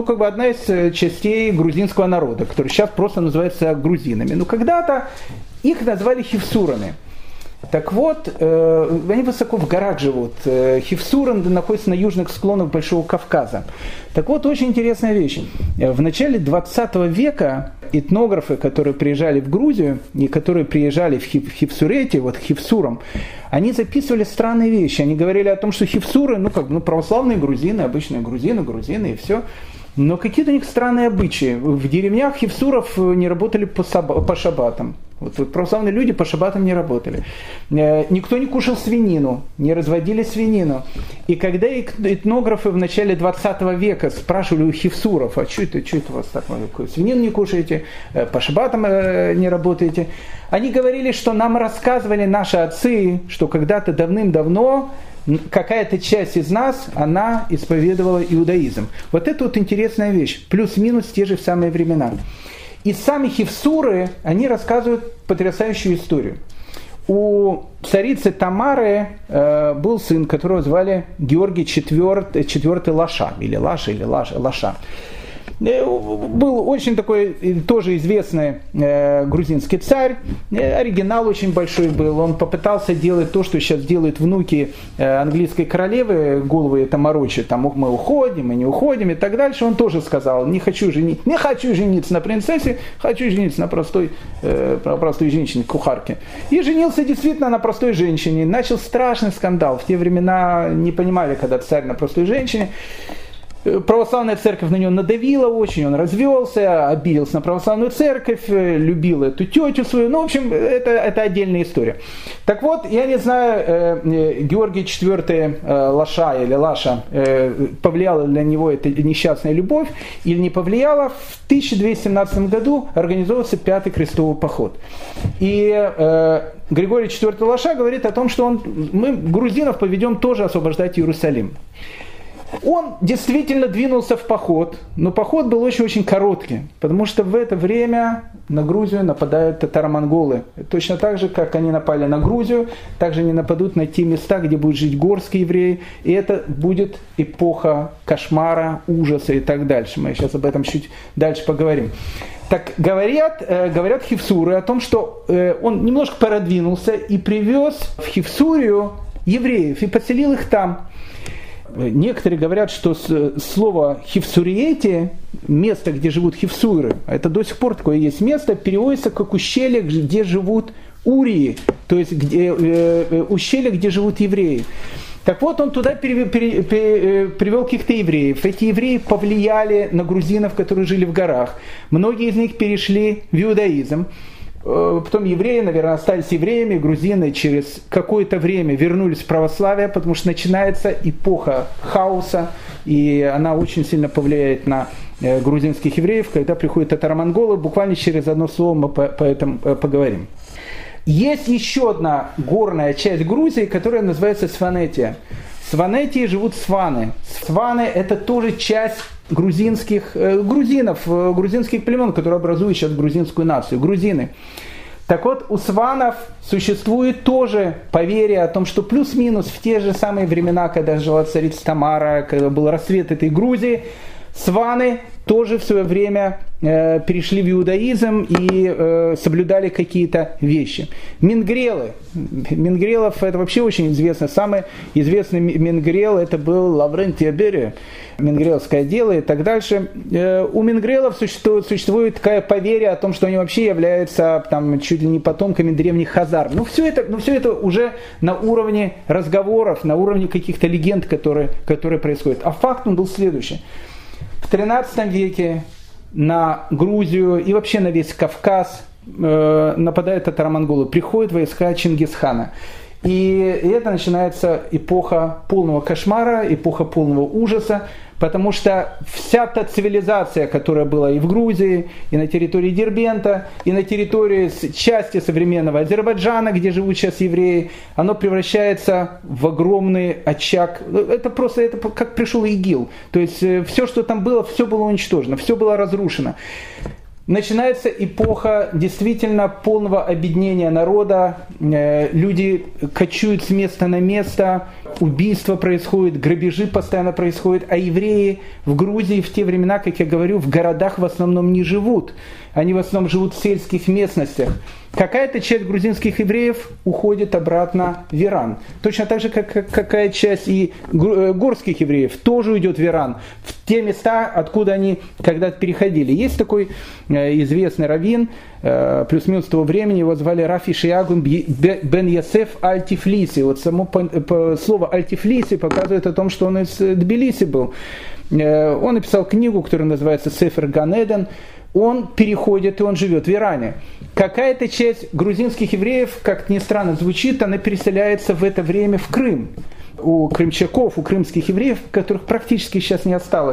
частей грузинского народа, который сейчас просто называется грузинами. Но когда-то их назвали хевсурами. Так вот, они высоко в горах живут. Хевсуры находятся на южных склонах Большого Кавказа. Так вот, очень интересная вещь. В начале 20 века этнографы, которые приезжали в Грузию и которые приезжали в Хевсурети, вот к хевсурам, они записывали странные вещи. Они говорили о том, что хевсуры, православные грузины, обычные грузины и все. Но какие-то у них странные обычаи. В деревнях хевсуров не работали по шаббатам. Вот православные люди по шаббатам не работали. Никто не кушал свинину, не разводили свинину. И когда этнографы в начале 20 века спрашивали у хевсуров, а что это у вас так, свинину не кушаете, по шаббатам не работаете, они говорили, что нам рассказывали наши отцы, что когда-то давным-давно какая-то часть из нас, она исповедовала иудаизм. Вот это вот интересная вещь. Плюс-минус те же самые времена. И сами хевсуры, они рассказывают потрясающую историю. У царицы Тамары был сын, которого звали Георгий IV Лаша, или Лаша. Был очень такой тоже известный грузинский царь, оригинал очень большой был, он попытался делать то, что сейчас делают внуки английской королевы, головы это морочат, там мы уходим, мы не уходим и так дальше, он тоже сказал, не хочу жениться на принцессе, хочу жениться на простой женщине, кухарке. И женился действительно на простой женщине, начал страшный скандал, в те времена не понимали, когда царь на простой женщине. Православная церковь на него надавила очень, он развелся, обиделся на православную церковь, любил эту тетю свою. В общем, это отдельная история. Так вот, я не знаю, Георгий IV Лаша или Лаша, повлияла для него эта несчастная любовь или не повлияла. В 1217 году организовывался Пятый крестовый поход. И Григорий IV Лаша говорит о том, что мы грузинов поведем тоже освобождать Иерусалим. Он действительно двинулся в поход, но поход был очень-очень короткий, потому что в это время на Грузию нападают татаро-монголы. Точно так же, как они напали на Грузию, также они нападут на те места, где будут жить горские евреи, и это будет эпоха кошмара, ужаса и так дальше. Мы сейчас об этом чуть дальше поговорим. Так говорят хевсуры о том, что он немножко продвинулся и привез в Хевсурию евреев и поселил их там. Некоторые говорят, что слово «хевсуриети», место, где живут хевсуры, это до сих пор такое есть место, переводится как ущелье, где живут урии, то есть ущелье, где живут евреи. Так вот, он туда привел каких-то евреев. Эти евреи повлияли на грузинов, которые жили в горах. Многие из них перешли в иудаизм. Потом евреи, наверное, остались евреями, грузины через какое-то время вернулись в православие, потому что начинается эпоха хаоса, и она очень сильно повлияет на грузинских евреев, когда приходят татаро-монголы. Буквально через одно слово мы по этому поговорим. Есть еще одна горная часть Грузии, которая называется Сванетия. В Сванетии живут сваны. Сваны – это тоже часть грузинов, грузинских племен, которые образуют сейчас грузинскую нацию, грузины. Так вот, у сванов существует тоже поверье о том, что плюс-минус в те же самые времена, когда жила царица Тамара, когда был рассвет этой Грузии, сваны тоже в свое время перешли в иудаизм и соблюдали какие-то вещи. Мингрелы. Мингрелов это вообще очень известно. Самый известный мингрел это был Лаврентий Берия, мингрелское дело и так дальше. У мингрелов существует такое поверье о том, что они вообще являются там, чуть ли не потомками древних хазар. Но все это уже на уровне разговоров, на уровне каких-то легенд, которые происходят. А факт он был следующий. В XIII веке на Грузию и вообще на весь Кавказ нападают татаро-монголы, приходят войска Чингисхана. И это начинается эпоха полного кошмара, эпоха полного ужаса, потому что вся та цивилизация, которая была и в Грузии, и на территории Дербента, и на территории части современного Азербайджана, где живут сейчас евреи, оно превращается в огромный очаг. Это как пришел ИГИЛ. То есть все, что там было, все было уничтожено, все было разрушено. Начинается эпоха действительно полного обеднения народа, люди кочуют с места на место, убийства происходят, грабежи постоянно происходят, а евреи в Грузии в те времена, как я говорю, в городах в основном не живут, они в основном живут в сельских местностях. Какая-то часть грузинских евреев уходит обратно в Иран. Точно так же, как какая часть и горских евреев тоже уйдет в Иран, в те места, откуда они когда-то переходили. Есть такой известный раввин, плюс-минус того времени, его звали Рафи Шиягун бен Ясеф Аль-Тифлиси. Вот само слово Аль-Тифлиси показывает о том, что он из Тбилиси был. Он написал книгу, которая называется «Сефер Ганеден». Он переходит и он живет в Иране. Какая-то часть грузинских евреев, как ни странно звучит, она переселяется в это время в Крым. У крымчаков, у крымских евреев, которых практически сейчас не осталось.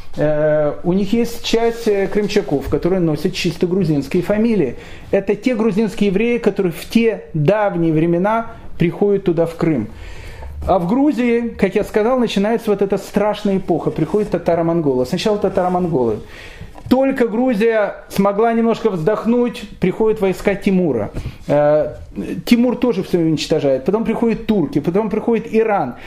У них есть часть крымчаков, которые носят чисто грузинские фамилии. Это те грузинские евреи, которые в те давние времена приходят туда, в Крым. А в Грузии, как я сказал, начинается вот эта страшная эпоха. Приходят татаро-монголы. Сначала татаро-монголы. Только Грузия смогла немножко вздохнуть, приходят войска Тимура. Тимур тоже все уничтожает. Потом приходят турки, потом приходит Иран.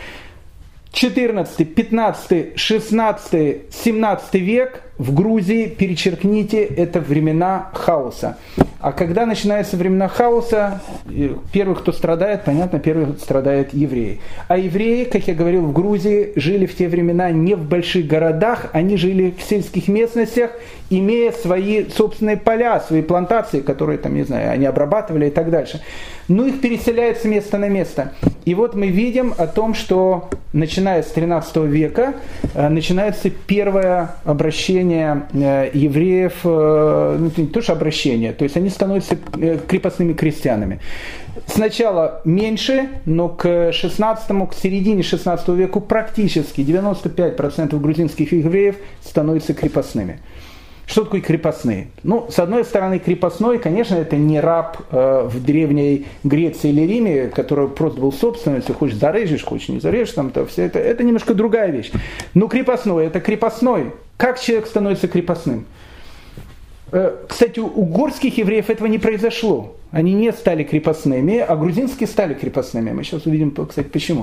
14, 15, 16, 17 век в Грузии, перечеркните, это времена хаоса. А когда начинаются времена хаоса, первых, кто страдает, понятно, первых страдают евреи. А евреи, как я говорил, в Грузии жили в те времена не в больших городах, они жили в сельских местностях, имея свои собственные поля, свои плантации, которые там, не знаю, они обрабатывали и так дальше. Но их переселяют с места на место. И вот мы видим о том, что начиная с 13 века начинается первое обращение евреев, ну, не то что обращение, то есть они становятся крепостными крестьянами. Сначала меньше, но к середине 16 веку практически 95% грузинских евреев становятся крепостными. Что такое крепостные? Ну, с одной стороны, крепостной, конечно, это не раб в древней Греции или Риме, который просто был собственностью, хочешь зарежешь, хочешь не зарежешь, там, то все это немножко другая вещь. Но крепостной, это крепостной. Как человек становится крепостным? Кстати, у горских евреев этого не произошло. Они не стали крепостными, а грузинские стали крепостными. Мы сейчас увидим, кстати, почему.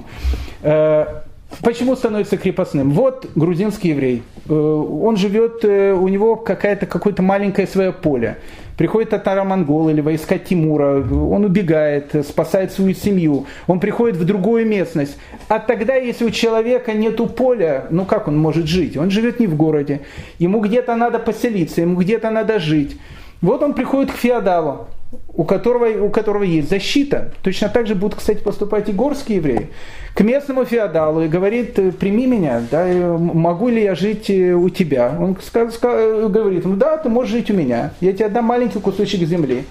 Почему становится крепостным? Вот грузинский еврей. Он живет, у него какое-то маленькое свое поле. Приходит татаро-монгол или войска Тимура, он убегает, спасает свою семью, он приходит в другую местность. А тогда, если у человека нету поля, ну как он может жить? Он живет не в городе, ему где-то надо поселиться, ему где-то надо жить. Вот он приходит к феодалу, у которого есть защита. Точно так же будут, кстати, поступать и горские евреи. К местному феодалу и говорит: прими меня, да, могу ли я жить у тебя? Он говорит: ну да, ты можешь жить у меня, я тебе отдам маленький кусочек земли.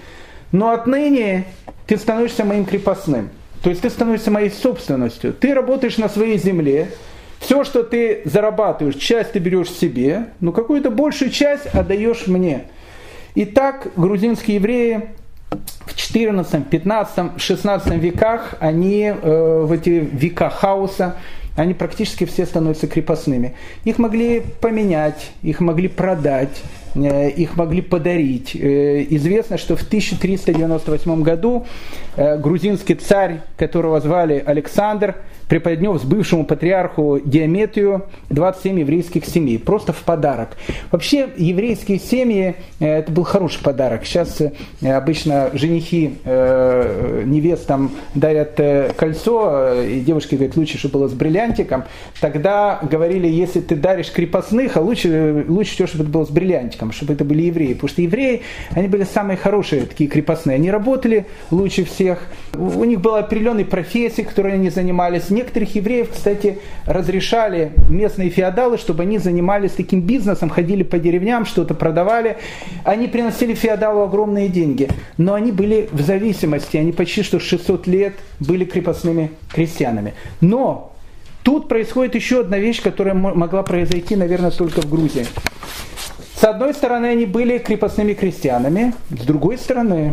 но отныне ты становишься моим крепостным. То есть ты становишься моей собственностью. Ты работаешь на своей земле. Все, что ты зарабатываешь, часть ты берешь себе, но какую-то большую часть отдаешь мне. И так грузинские евреи в 14, 15, 16 веках, они в эти века хаоса, они практически все становятся крепостными. Их могли поменять, их могли продать, их могли подарить. Известно, что в 1398 году грузинский царь, которого звали Александр, преподнес бывшему патриарху Диометрию 27 еврейских семей. Просто в подарок. Вообще, еврейские семьи, это был хороший подарок. Сейчас обычно женихи невестам дарят кольцо, и девушки говорят, лучше, чтобы было с бриллиантиком. Тогда говорили, если ты даришь крепостных, а лучше всего, чтобы это было с бриллиантиком, чтобы это были евреи. Потому что евреи, они были самые хорошие такие крепостные. Они работали лучше всех. У них была определенная профессия, которой они занимались. Некоторых евреев, кстати, разрешали местные феодалы, чтобы они занимались таким бизнесом, ходили по деревням, что-то продавали. Они приносили феодалу огромные деньги. Но они были в зависимости. Они почти что 600 лет были крепостными крестьянами. Но тут происходит еще одна вещь, которая могла произойти, наверное, только в Грузии. С одной стороны, они были крепостными крестьянами. С другой стороны,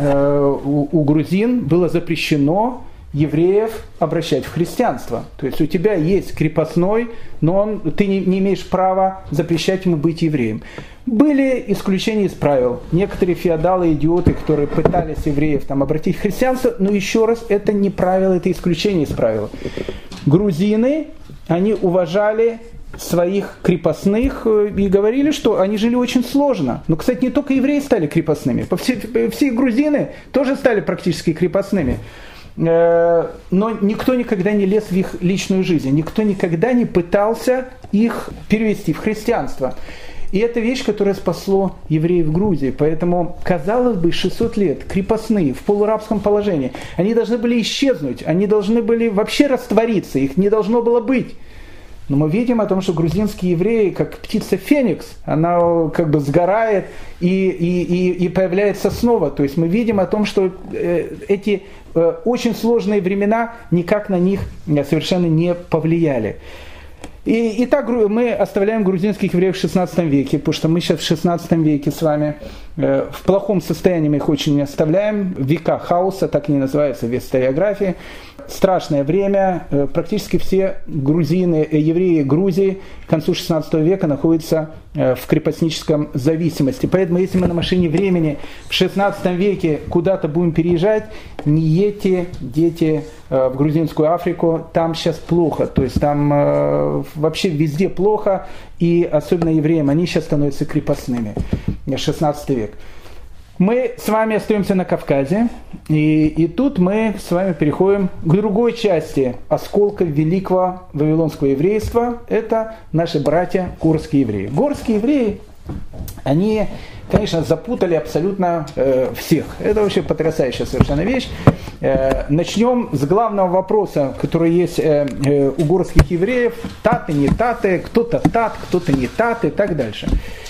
у грузин было запрещено евреев обращать в христианство. То есть у тебя есть крепостной, но ты не имеешь права запрещать ему быть евреем. Были исключения из правил. Некоторые феодалы, идиоты, которые пытались евреев обратить в христианство, но еще раз, это не правило, это исключение из правил. Грузины, они уважали своих крепостных и говорили, что они жили очень сложно. Но, кстати, не только евреи стали крепостными. Все грузины тоже стали практически крепостными. Но никто никогда не лез в их личную жизнь. Никто никогда не пытался их перевести в христианство. И это вещь, которая спасло евреев в Грузии. Поэтому, казалось бы, 600 лет крепостные в полурабском положении. Они должны были исчезнуть. Они должны были вообще раствориться. Их не должно было быть. Но мы видим о том, что грузинские евреи, как птица Феникс, она как бы сгорает и появляется снова. То есть мы видим о том, что эти очень сложные времена никак на них совершенно не повлияли. И так мы оставляем грузинских евреев в 16 веке, потому что мы сейчас в 16 веке с вами. В плохом состоянии мы их очень не оставляем. Века хаоса, так не называется в историографии. Страшное время. Практически все грузины, евреи Грузии к концу 16 века находятся в крепостническом зависимости. Поэтому, если мы на машине времени в 16 веке куда-то будем переезжать, не едьте, дети, в грузинскую Африку, там сейчас плохо. То есть там вообще везде плохо, и особенно евреям, они сейчас становятся крепостными. 16 век. Мы с вами остаемся на Кавказе, и тут мы с вами переходим к другой части осколка великого вавилонского еврейства. Это наши братья горские евреи. Горские евреи, они, конечно, запутали абсолютно всех. Это вообще потрясающая совершенно вещь. Начнем с главного вопроса, который есть у горских евреев. Таты, не таты, кто-то тат, кто-то не тат и так дальше.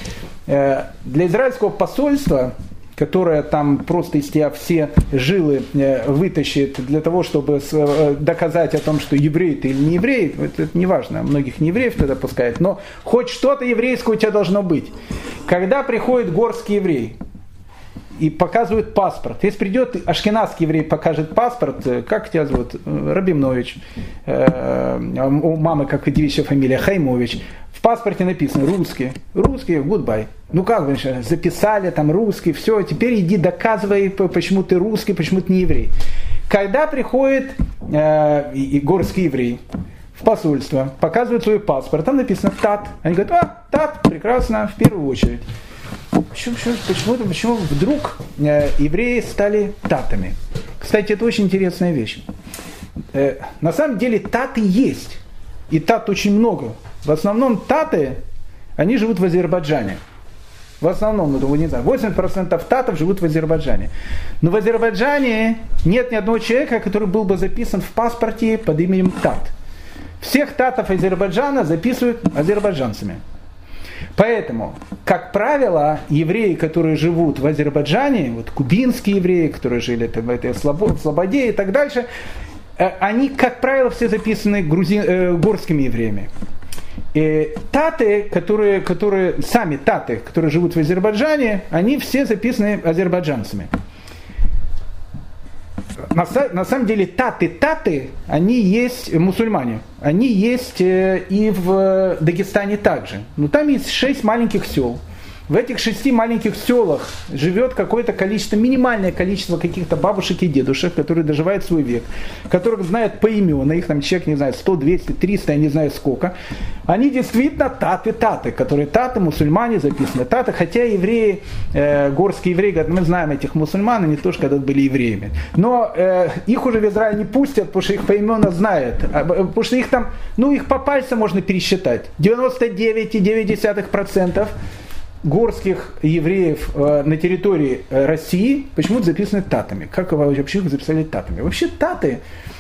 Для израильского посольства, которое там просто из тебя все жилы вытащит для того, чтобы доказать о том, что еврей ты или не еврей, это не важно, многих не евреев туда пускают, но хоть что-то еврейское у тебя должно быть. Когда приходит горский еврей и показывает паспорт, если придет ашкеназский еврей, покажет паспорт, как тебя зовут? Рабимнович, у мамы как девичья фамилия, Хаймович. В паспорте написано русский, goodbye. Ну как вы записали там русский, все, теперь иди доказывай, почему ты русский, почему ты не еврей. Когда приходит горский еврей в посольство, показывает свой паспорт, там написано тат. Они говорят, тат, прекрасно, в первую очередь. Почему вдруг евреи стали татами? Кстати, это очень интересная вещь. На самом деле таты есть, и тат очень много. В основном таты, они живут в Азербайджане. В основном, не знаю, 80% татов живут в Азербайджане. Но в Азербайджане нет ни одного человека, который был бы записан в паспорте под именем Тат. Всех татов Азербайджана записывают азербайджанцами. Поэтому, как правило, евреи, которые живут в Азербайджане, вот кубинские евреи, которые жили в этой Слободе и так дальше, они, как правило, все записаны горскими евреями. И таты, которые сами таты, которые живут в Азербайджане, они все записаны азербайджанцами. На самом деле таты, они есть мусульмане. Они есть и в Дагестане также. Но там есть 6 маленьких сел. В этих 6 маленьких селах живет какое-то количество, минимальное количество каких-то бабушек и дедушек, которые доживают свой век, которых знают поименно, их там человек, не знаю, 100, 200, 300, я не знаю сколько. Они действительно таты, которые таты, мусульмане записаны. Таты, хотя евреи, горские евреи, говорят, мы знаем этих мусульман, они тоже когда-то были евреями. Но их уже в Израиль не пустят, потому что их поименно знают. Потому что их там, их по пальцам можно пересчитать. 99,9% горских евреев на территории России почему-то записаны татами. Как вообще их записали татами? Вообще таты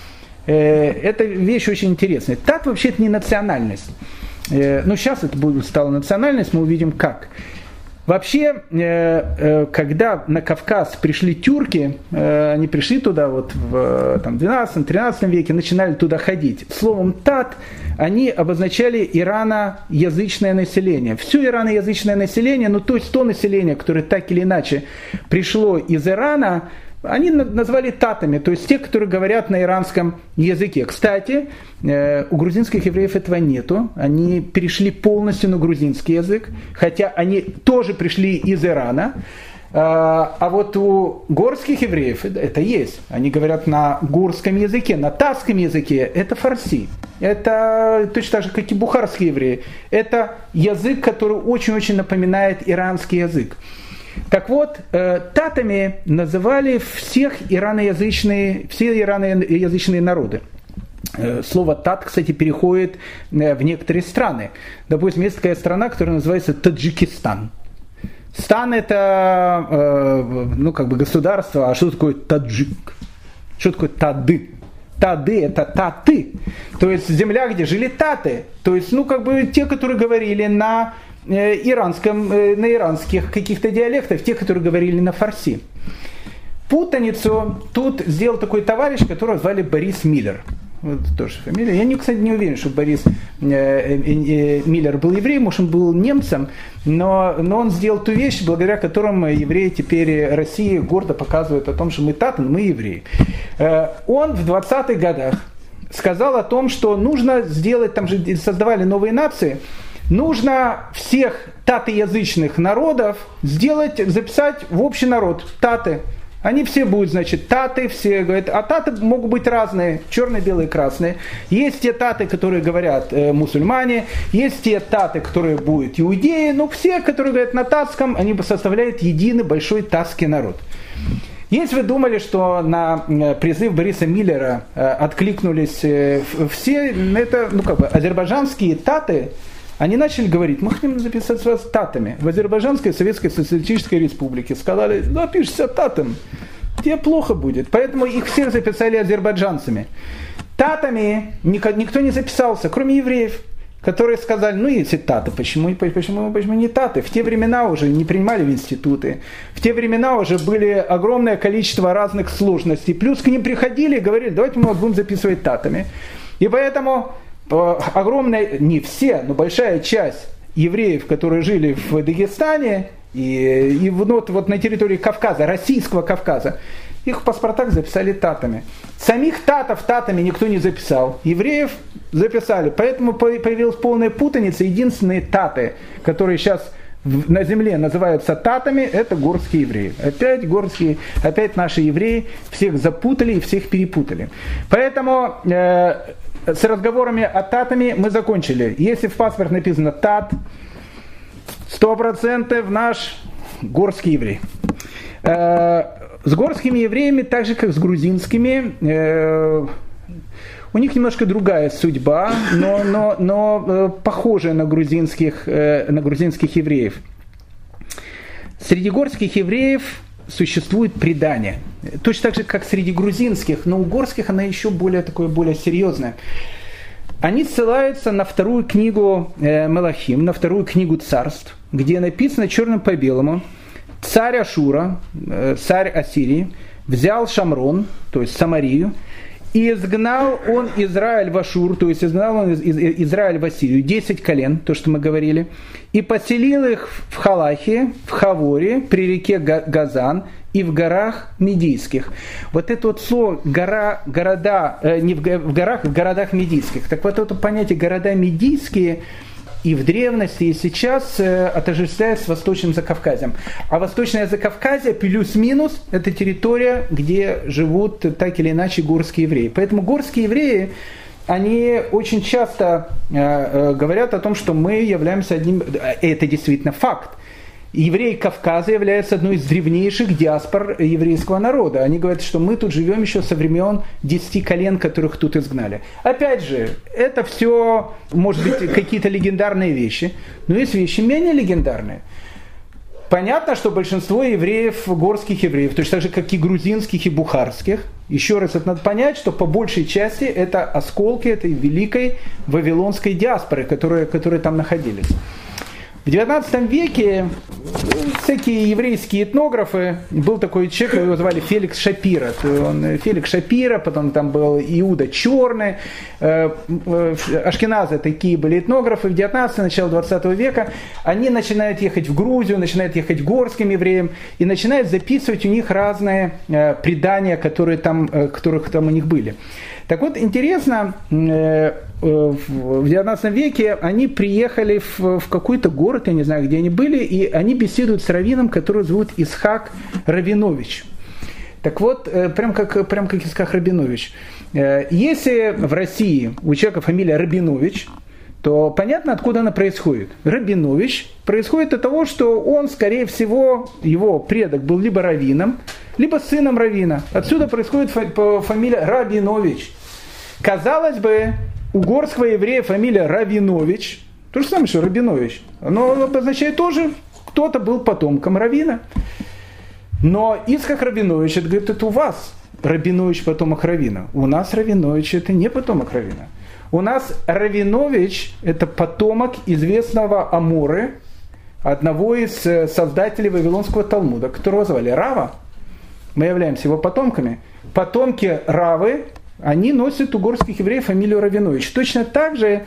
это вещь очень интересная. Тат вообще это не национальность. Но сейчас это стала национальность, мы увидим как. Вообще, когда на Кавказ пришли тюрки, они пришли туда вот в 12-13 веке, начинали туда ходить. Словом «тат» они обозначали ираноязычное население. Все ираноязычное население, то есть то население, которое так или иначе пришло из Ирана, они назвали татами, то есть те, которые говорят на иранском языке. Кстати, у грузинских евреев этого нету. Они перешли полностью на грузинский язык, хотя они тоже пришли из Ирана. А вот у горских евреев это есть. Они говорят на горском языке, на татском языке. Это фарси. Это точно так же, как и бухарские евреи. Это язык, который очень-очень напоминает иранский язык. Так вот, татами называли все ираноязычные народы. Слово «тат», кстати, переходит в некоторые страны. Допустим, есть такая страна, которая называется Таджикистан. Стан – это государство, а что такое таджик? Что такое тады? Тады – это таты, то есть земля, где жили таты, то есть те, которые говорили на иранских каких-то диалектах, те, которые говорили на фарси. Путаницу тут сделал такой товарищ, которого звали Борис Миллер. Вот тоже фамилия. Я, кстати, не уверен, что Борис Миллер был евреем, может, он был немцем, но он сделал ту вещь, благодаря которой евреи теперь России гордо показывают о том, что мы таты, мы евреи. Он в 20-х годах сказал о том, что нужно сделать, там же создавали новые нации, нужно всех татоязычных народов записать в общий народ, таты. Они все будут, таты, все говорят, а таты могут быть разные, черные, белые, красные. Есть те таты, которые говорят мусульмане, есть те таты, которые будут иудеи, но все, которые говорят на татском, они составляют единый большой татский народ. Если вы думали, что на призыв Бориса Миллера откликнулись все, это, азербайджанские таты, они начали говорить, мы хотим записаться с татами. В Азербайджанской Советской Социалистической Республике сказали, пишешься татом, тебе плохо будет. Поэтому их всех записали азербайджанцами. Татами никто не записался, кроме евреев, которые сказали, если таты, почему не таты? В те времена уже не принимали в институты, в те времена уже были огромное количество разных сложностей. Плюс к ним приходили и говорили, давайте мы будем записывать татами. И поэтому огромная, не все, но большая часть евреев, которые жили в Дагестане и вот на территории Кавказа, российского Кавказа, их в паспортах записали татами. Самих татов татами никто не записал, евреев записали. Поэтому появилась полная путаница. Единственные таты, которые сейчас на земле называются татами, это горские евреи. Опять наши евреи всех запутали и всех перепутали. Поэтому с разговорами о татами мы закончили. Если в паспорт написано тат, 100% наш горский еврей. С горскими евреями, так же как с грузинскими, у них немножко другая судьба, но похожая на грузинских евреев. Среди горских евреев существует предание. Точно так же, как среди грузинских, но у горских она еще более серьезная. они ссылаются на вторую книгу Мелахим, на вторую книгу царств, где написано черным по белому: царь Ашура, царь Ассирии, взял Шамрон, то есть Самарию, и изгнал он Израиль в Ашур, то есть изгнал он Израиль в Ассирию, 10 колен, то, что мы говорили, и поселил их в Халахе, в Хаворе, при реке Газан и в горах Медийских. Вот это вот слово города, не в горах, в городах Медийских. Так вот это понятие города Медийские и в древности, и сейчас отождествляется с Восточным Закавказьем. А Восточное Закавказье плюс-минус – это территория, где живут так или иначе горские евреи. Поэтому горские евреи, они очень часто говорят о том, что мы являемся одним, это действительно факт. Евреи Кавказа являются одной из древнейших диаспор еврейского народа. Они говорят, что мы тут живем еще со времен 10 колен, которых тут изгнали. Опять же, это все, может быть, какие-то легендарные вещи, но есть вещи менее легендарные. Понятно, что большинство евреев, горских евреев, точно так же, как и грузинских, и бухарских, еще раз, это надо понять, что по большей части это осколки этой великой вавилонской диаспоры, которые там находились. В XIX веке всякие еврейские этнографы, был такой человек, его звали Феликс Шапира. Феликс Шапира, потом там был Иуда Черный, ашкеназы такие были этнографы в XIX, начало XX века. Они начинают ехать в Грузию, начинают ехать к горским евреям и начинают записывать у них разные предания, которых там у них были. Так вот, интересно, в XIX веке они приехали в какой-то город, я не знаю, где они были, и они беседуют с раввином, которого зовут Ицхак Равинович. Так вот, прям как Ицхак Рабинович. Если в России у человека фамилия Рабинович, то понятно, откуда она происходит. Рабинович происходит от того, что он, скорее всего, его предок был либо раввином, либо сыном раввина. Отсюда происходит фамилия Рабинович. Казалось бы, у горского еврея фамилия Равинович, то же самое, что Рабинович, но обозначает тоже, кто-то был потомком раввина. Но Ицхак Рабинович, это говорит, это у вас Рабинович потомок раввина. У нас Равинович это не потомок раввина. У нас Равинович это потомок известного Аморы, одного из создателей Вавилонского Талмуда, которого звали Рава. Мы являемся его потомками. Потомки Равы, они носят у горских евреев фамилию Равинович. Точно так же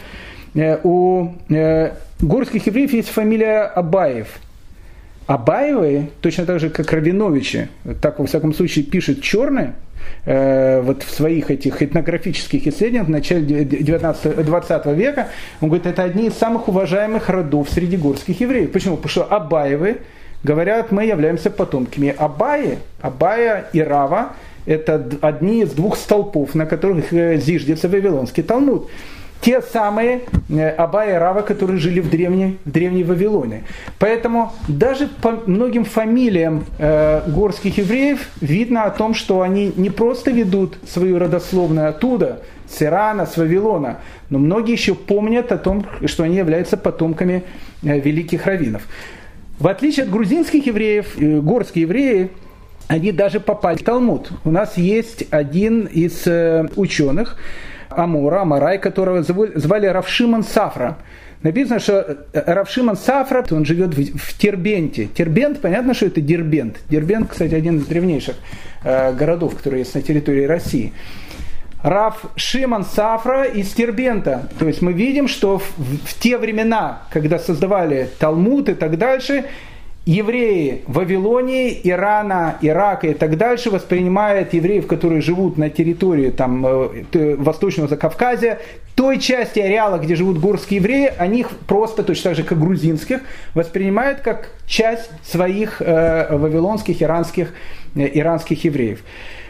у горских евреев есть фамилия Абаев. Абаевы, точно так же, как Равиновичи, так, во всяком случае, пишет Черный, вот в своих этих этнографических исследованиях в начале 20 века, он говорит, это одни из самых уважаемых родов среди горских евреев. Почему? Потому что Абаевы говорят, мы являемся потомками. Абая и Рава – это одни из двух столпов, на которых зиждется Вавилонский Талмуд. Те самые Абая и Рава, которые жили в древней Вавилоне. Поэтому даже по многим фамилиям горских евреев видно о том, что они не просто ведут свою родословную оттуда, с Ирана, с Вавилона, но многие еще помнят о том, что они являются потомками великих раввинов. В отличие от грузинских евреев, горские евреи, они даже попали в Талмуд. У нас есть один из ученых, Аморай, которого звали Рав Шимон Сафра. Написано, что Рав Шимон Сафра, он живет в Тербенте. Тербент, понятно, что это Дербент. Дербент, кстати, один из древнейших городов, которые есть на территории России. Рав Шимон Сафра из Тербента. То есть мы видим, что в те времена, когда создавали Талмуд и так дальше, евреи Вавилонии, Ирана, Ирака и так дальше воспринимают евреев, которые живут на территории там, Восточного Закавказья, той части ареала, где живут горские евреи, они их просто, точно так же, как грузинских, воспринимают как часть своих вавилонских, иранских евреев.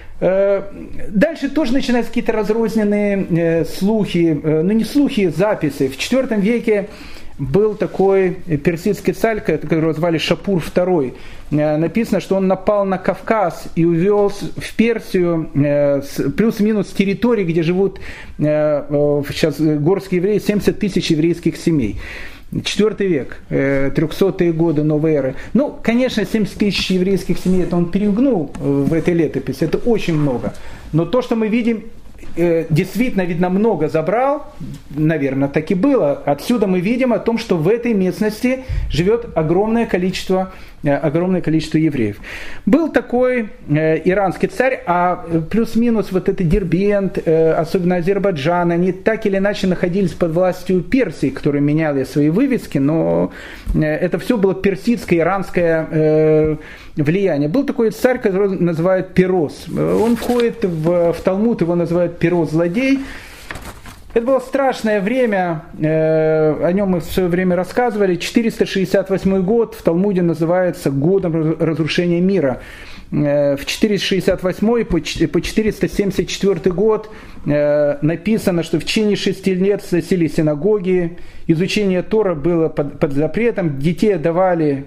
Дальше тоже начинаются какие-то разрозненные слухи, ну не слухи, записи. В IV веке был такой персидский царь, которого звали Шапур II. Написано, что он напал на Кавказ и увел в Персию плюс-минус территории, где живут сейчас горские евреи, 70 тысяч еврейских семей. IV век, 300-е годы новой эры. Ну, конечно, 70 тысяч еврейских семей, это он перегнул в этой летописи, это очень много. Но то, что мы видим действительно, видно, много забрал, наверное, так и было. Отсюда мы видим о том, что в этой местности живет огромное количество евреев. Был такой иранский царь, а плюс-минус вот этот Дербент, особенно Азербайджан, они так или иначе находились под властью Персии, которая меняла свои вывески, но это все было персидское, иранское влияние. Был такой царь, который называют Пирос. Он входит в Талмуд, его называют Пирос-злодей. Это было страшное время, о нем мы в свое время рассказывали. 468 год в Талмуде называется годом разрушения мира. В 468 по 474 год написано, что в течение 6 лет сносили синагоги, изучение Тора было под запретом, детей отдавали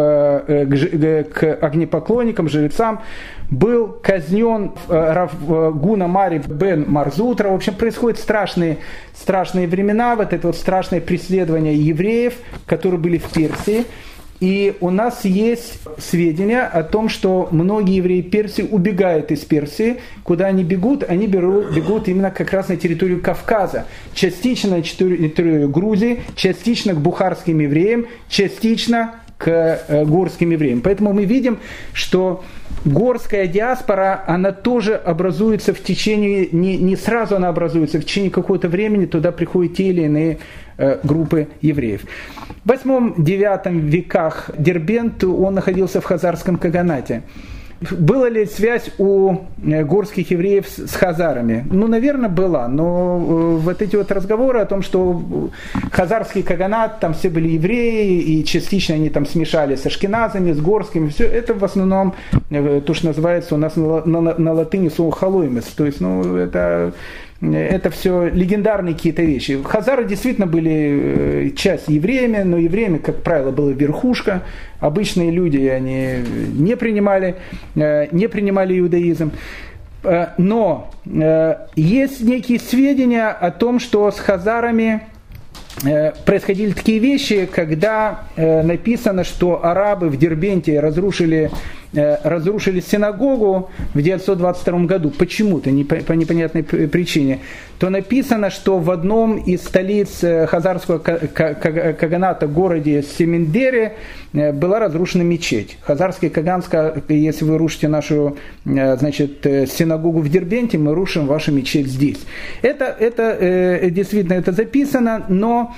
к огнепоклонникам, жрецам. Был казнен Рав Гуна Мари бен Марзутра. В общем, происходят страшные времена, вот это вот страшное преследование евреев, которые были в Персии. И у нас есть сведения о том, что многие евреи Персии убегают из Персии. Куда они бегут? Они бегут именно как раз на территорию Кавказа. Частично на территорию Грузии, частично к бухарским евреям, частично к горским евреям. Поэтому мы видим, что горская диаспора, она тоже образуется в течение, не сразу она образуется, в течение какого-то времени туда приходят те или иные группы евреев. В 8-9 веках Дербент, он находился в хазарском каганате. Была ли связь у горских евреев с хазарами? Ну, наверное, была, но вот эти вот разговоры о том, что хазарский каганат, там все были евреи, и частично они там смешались с ашкеназами, с горскими, все это в основном то, что называется у нас на латыни слово халоймес, то есть, ну, это все легендарные какие-то вещи. Хазары действительно были часть евреями, но евреями, как правило, была верхушка. Обычные люди, они не принимали иудаизм. Но есть некие сведения о том, что с хазарами происходили такие вещи, когда написано, что арабы в Дербенте разрушили синагогу в 922 году, почему-то, по непонятной причине, то написано, что в одном из столиц хазарского каганата, городе Семендере, была разрушена мечеть. Хазарский каган сказал: если вы рушите нашу, синагогу в Дербенте, мы рушим вашу мечеть здесь. Это действительно это записано, но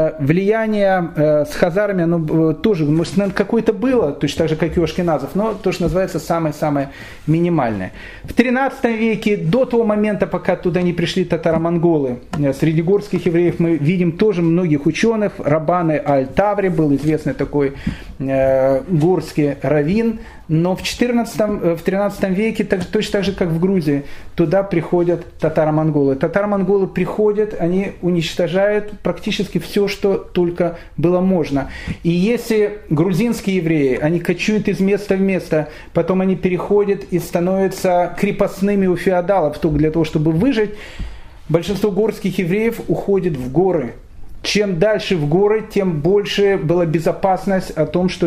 влияние с хазарами, оно тоже, может, наверное, какое-то было, точно так же, как и у ашкеназов, но то, что называется, самое-самое минимальное. В 13 веке, до того момента, пока туда не пришли татаро-монголы, среди горских евреев мы видим тоже многих ученых. Раббан Аль-Таври был известный такой горский раввин, но в 13 веке, точно так же, как в Грузии, туда приходят татаро-монголы. Татаро-монголы приходят, они уничтожают практически все, что только было можно. И если грузинские евреи, они кочуют из места в место, потом они переходят и становятся крепостными у феодалов для того, чтобы выжить, большинство горских евреев уходит в горы. Чем дальше в горы, тем больше была безопасность о том, что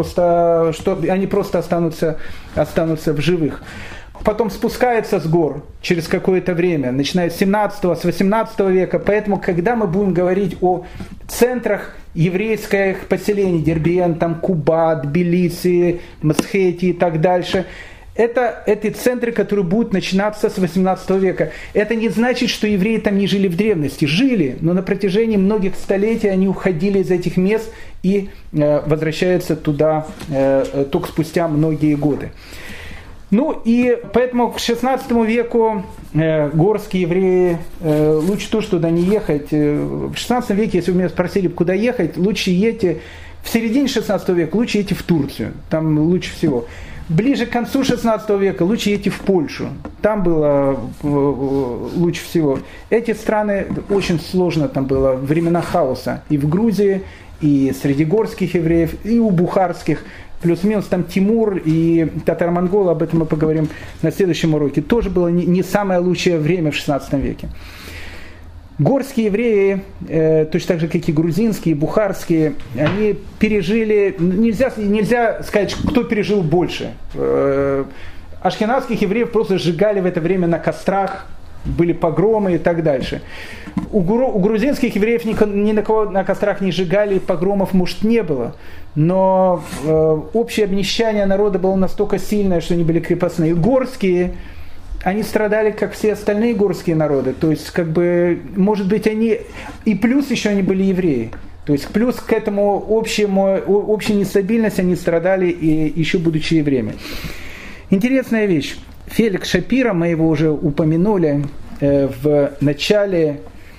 они просто останутся в живых. Потом спускается с гор через какое-то время, начиная с 17-го, с 18 века. Поэтому, когда мы будем говорить о центрах еврейских поселений, Дербент, там, Куба, Тбилиси, Месхети и так дальше, это центры, которые будут начинаться с 18 века. Это не значит, что евреи там не жили в древности. Жили, но на протяжении многих столетий они уходили из этих мест и возвращаются туда только спустя многие годы. Ну и поэтому к 16 веку горские евреи, лучше то, что туда не ехать. В 16 веке, если вы меня спросили, куда ехать, лучше едьте, в середине 16 века лучше едьте в Турцию, там лучше всего. Ближе к концу 16 века лучше едьте в Польшу, там было лучше всего. Эти страны очень сложно там было, времена хаоса и в Грузии, и среди горских евреев, и у бухарских. Плюс-минус там Тимур и татаро-монголы, об этом мы поговорим на следующем уроке. Тоже было не самое лучшее время в 16 веке. Горские евреи, точно так же, как и грузинские, бухарские, они пережили, нельзя сказать, кто пережил больше. Ашкеназских евреев просто сжигали в это время на кострах, были погромы и так дальше. У грузинских евреев ни на кого на кострах не сжигали, погромов, может, не было. Но общее обнищание народа было настолько сильное, что они были крепостные. Горские, они страдали, как все остальные горские народы. То есть, может быть, они... И плюс еще они были евреи. То есть, плюс к этому общей нестабильности они страдали, и еще будучи евреями. Интересная вещь. Феликс Шапиро, мы его уже упомянули, в начале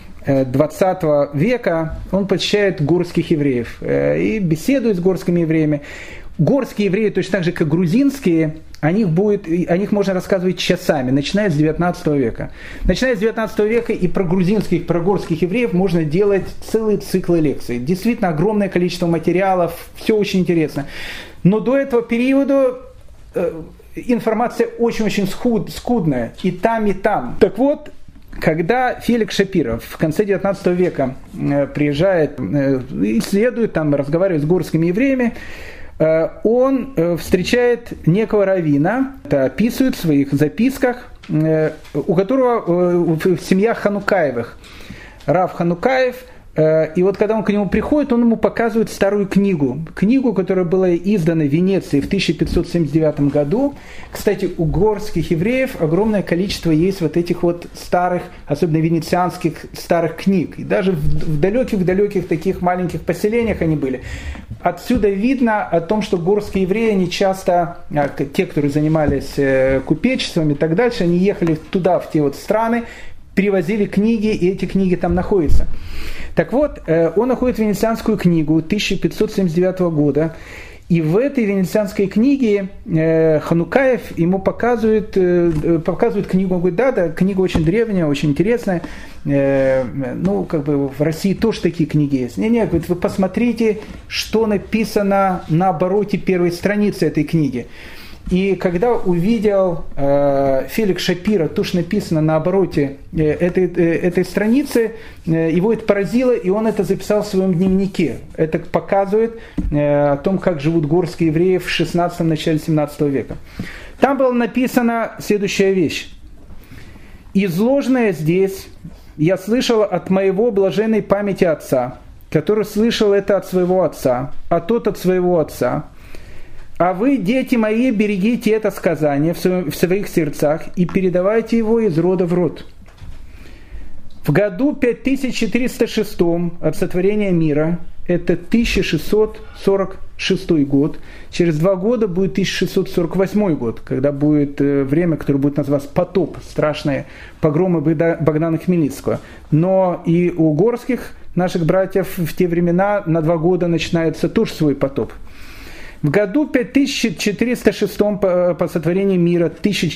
20 века он посещает горских евреев и беседует с горскими евреями. Горские евреи, точно так же, как грузинские, о них можно рассказывать часами, начиная с 19 века. Начиная с 19 века и про грузинских, про горских евреев можно делать целые циклы лекций. Действительно, огромное количество материалов, все очень интересно. Но до этого периода информация очень-очень скудная, и там, и там. Так вот, когда Феликс Шапиро в конце 19 века приезжает, исследует, там, разговаривает с горскими евреями, он встречает некого раввина, это описывает в своих записках, у которого семья Ханукаевых. Рав Ханукаев. И вот когда он к нему приходит, он ему показывает старую книгу, которая была издана в Венеции в 1579 году. Кстати, у горских евреев огромное количество есть вот этих вот старых, особенно венецианских старых книг. И даже в далеких таких маленьких поселениях они были. Отсюда видно о том, что горские евреи, они часто, те, которые занимались купечеством и так дальше, они ехали туда, в те вот страны, перевозили книги, и эти книги там находятся. Так вот, он находит венецианскую книгу 1579 года, и в этой венецианской книге Ханукаев ему показывает книгу, он говорит, да, книга очень древняя, очень интересная, в России тоже такие книги есть. Говорит, вы посмотрите, что написано на обороте первой страницы этой книги. И когда увидел Феликс Шапиро то, что написано на обороте этой страницы, его это поразило, и он это записал в своем дневнике. Это показывает о том, как живут горские евреи в 16-м, начале 17 века. Там была написана следующая вещь. «Изложенное здесь я слышал от моего блаженной памяти отца, который слышал это от своего отца, а тот от своего отца. А вы, дети мои, берегите это сказание в своих сердцах и передавайте его из рода в род. В году 5406 от сотворения мира, это 1646 год, через 2 года будет 1648 год, когда будет время, которое будет называться потоп, страшные погромы Богдана Хмельницкого. Но и у горских наших братьев в те времена на 2 года начинается тоже свой потоп. В году 5406 по сотворению мира,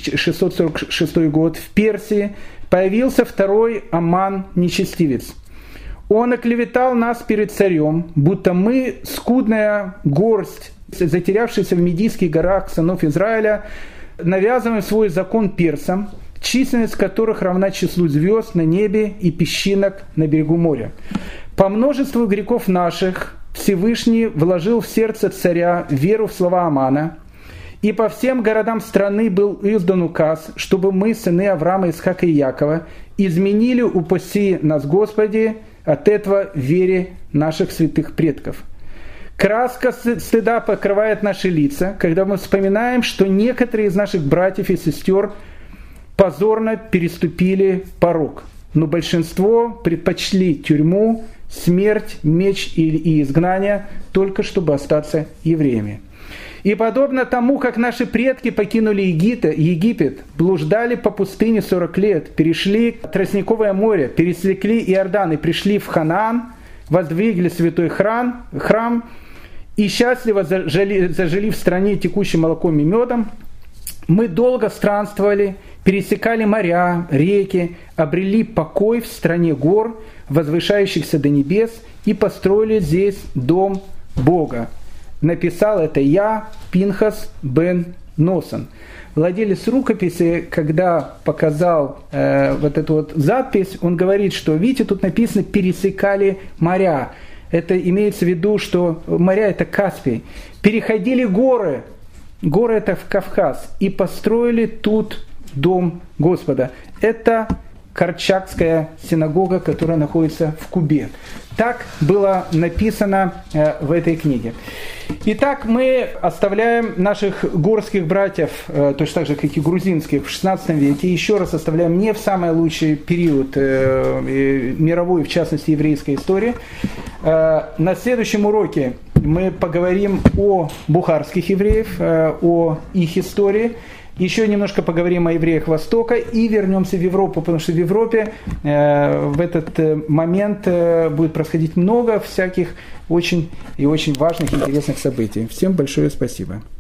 1646 год, в Персии появился второй Аман, нечестивец. Он оклеветал нас перед царем, будто мы, скудная горсть, затерявшаяся в Медийских горах сынов Израиля, навязываем свой закон персам, численность которых равна числу звезд на небе и песчинок на берегу моря. По множеству грехов наших Всевышний вложил в сердце царя веру в слова Амана, и по всем городам страны был издан указ, чтобы мы, сыны Авраама, Исхака и Якова, изменили, упаси нас, Господи, от этого вере наших святых предков. Краска стыда покрывает наши лица, когда мы вспоминаем, что некоторые из наших братьев и сестер позорно переступили порог, но большинство предпочли тюрьму, смерть, меч и изгнание, только чтобы остаться евреями. И подобно тому, как наши предки покинули Египет, блуждали по пустыне 40 лет, перешли Тростниковое море, пересекли Иордан и пришли в Ханаан, воздвигли святой храм и счастливо зажили в стране, текущей молоком и медом, мы долго странствовали, пересекали моря, реки, обрели покой в стране гор, возвышающихся до небес, и построили здесь дом Бога. Написал это я, Пинхас бен Носан. Владелец рукописи, когда показал вот эту вот запись, он говорит, что, видите, тут написано «пересекали моря». Это имеется в виду, что моря – это Каспий. Переходили горы – это в Кавказ, и построили тут дом Господа. Это Корчакская синагога, которая находится в Кубе. Так было написано в этой книге. Итак, мы оставляем наших горских братьев, точно так же, как и грузинских, в XVI веке, еще раз оставляем не в самый лучший период мировой, в частности, еврейской истории. На следующем уроке мы поговорим о бухарских евреях, о их истории. Еще немножко поговорим о евреях Востока и вернемся в Европу, потому что в Европе в этот момент будет происходить много всяких очень и очень важных, интересных событий. Всем большое спасибо.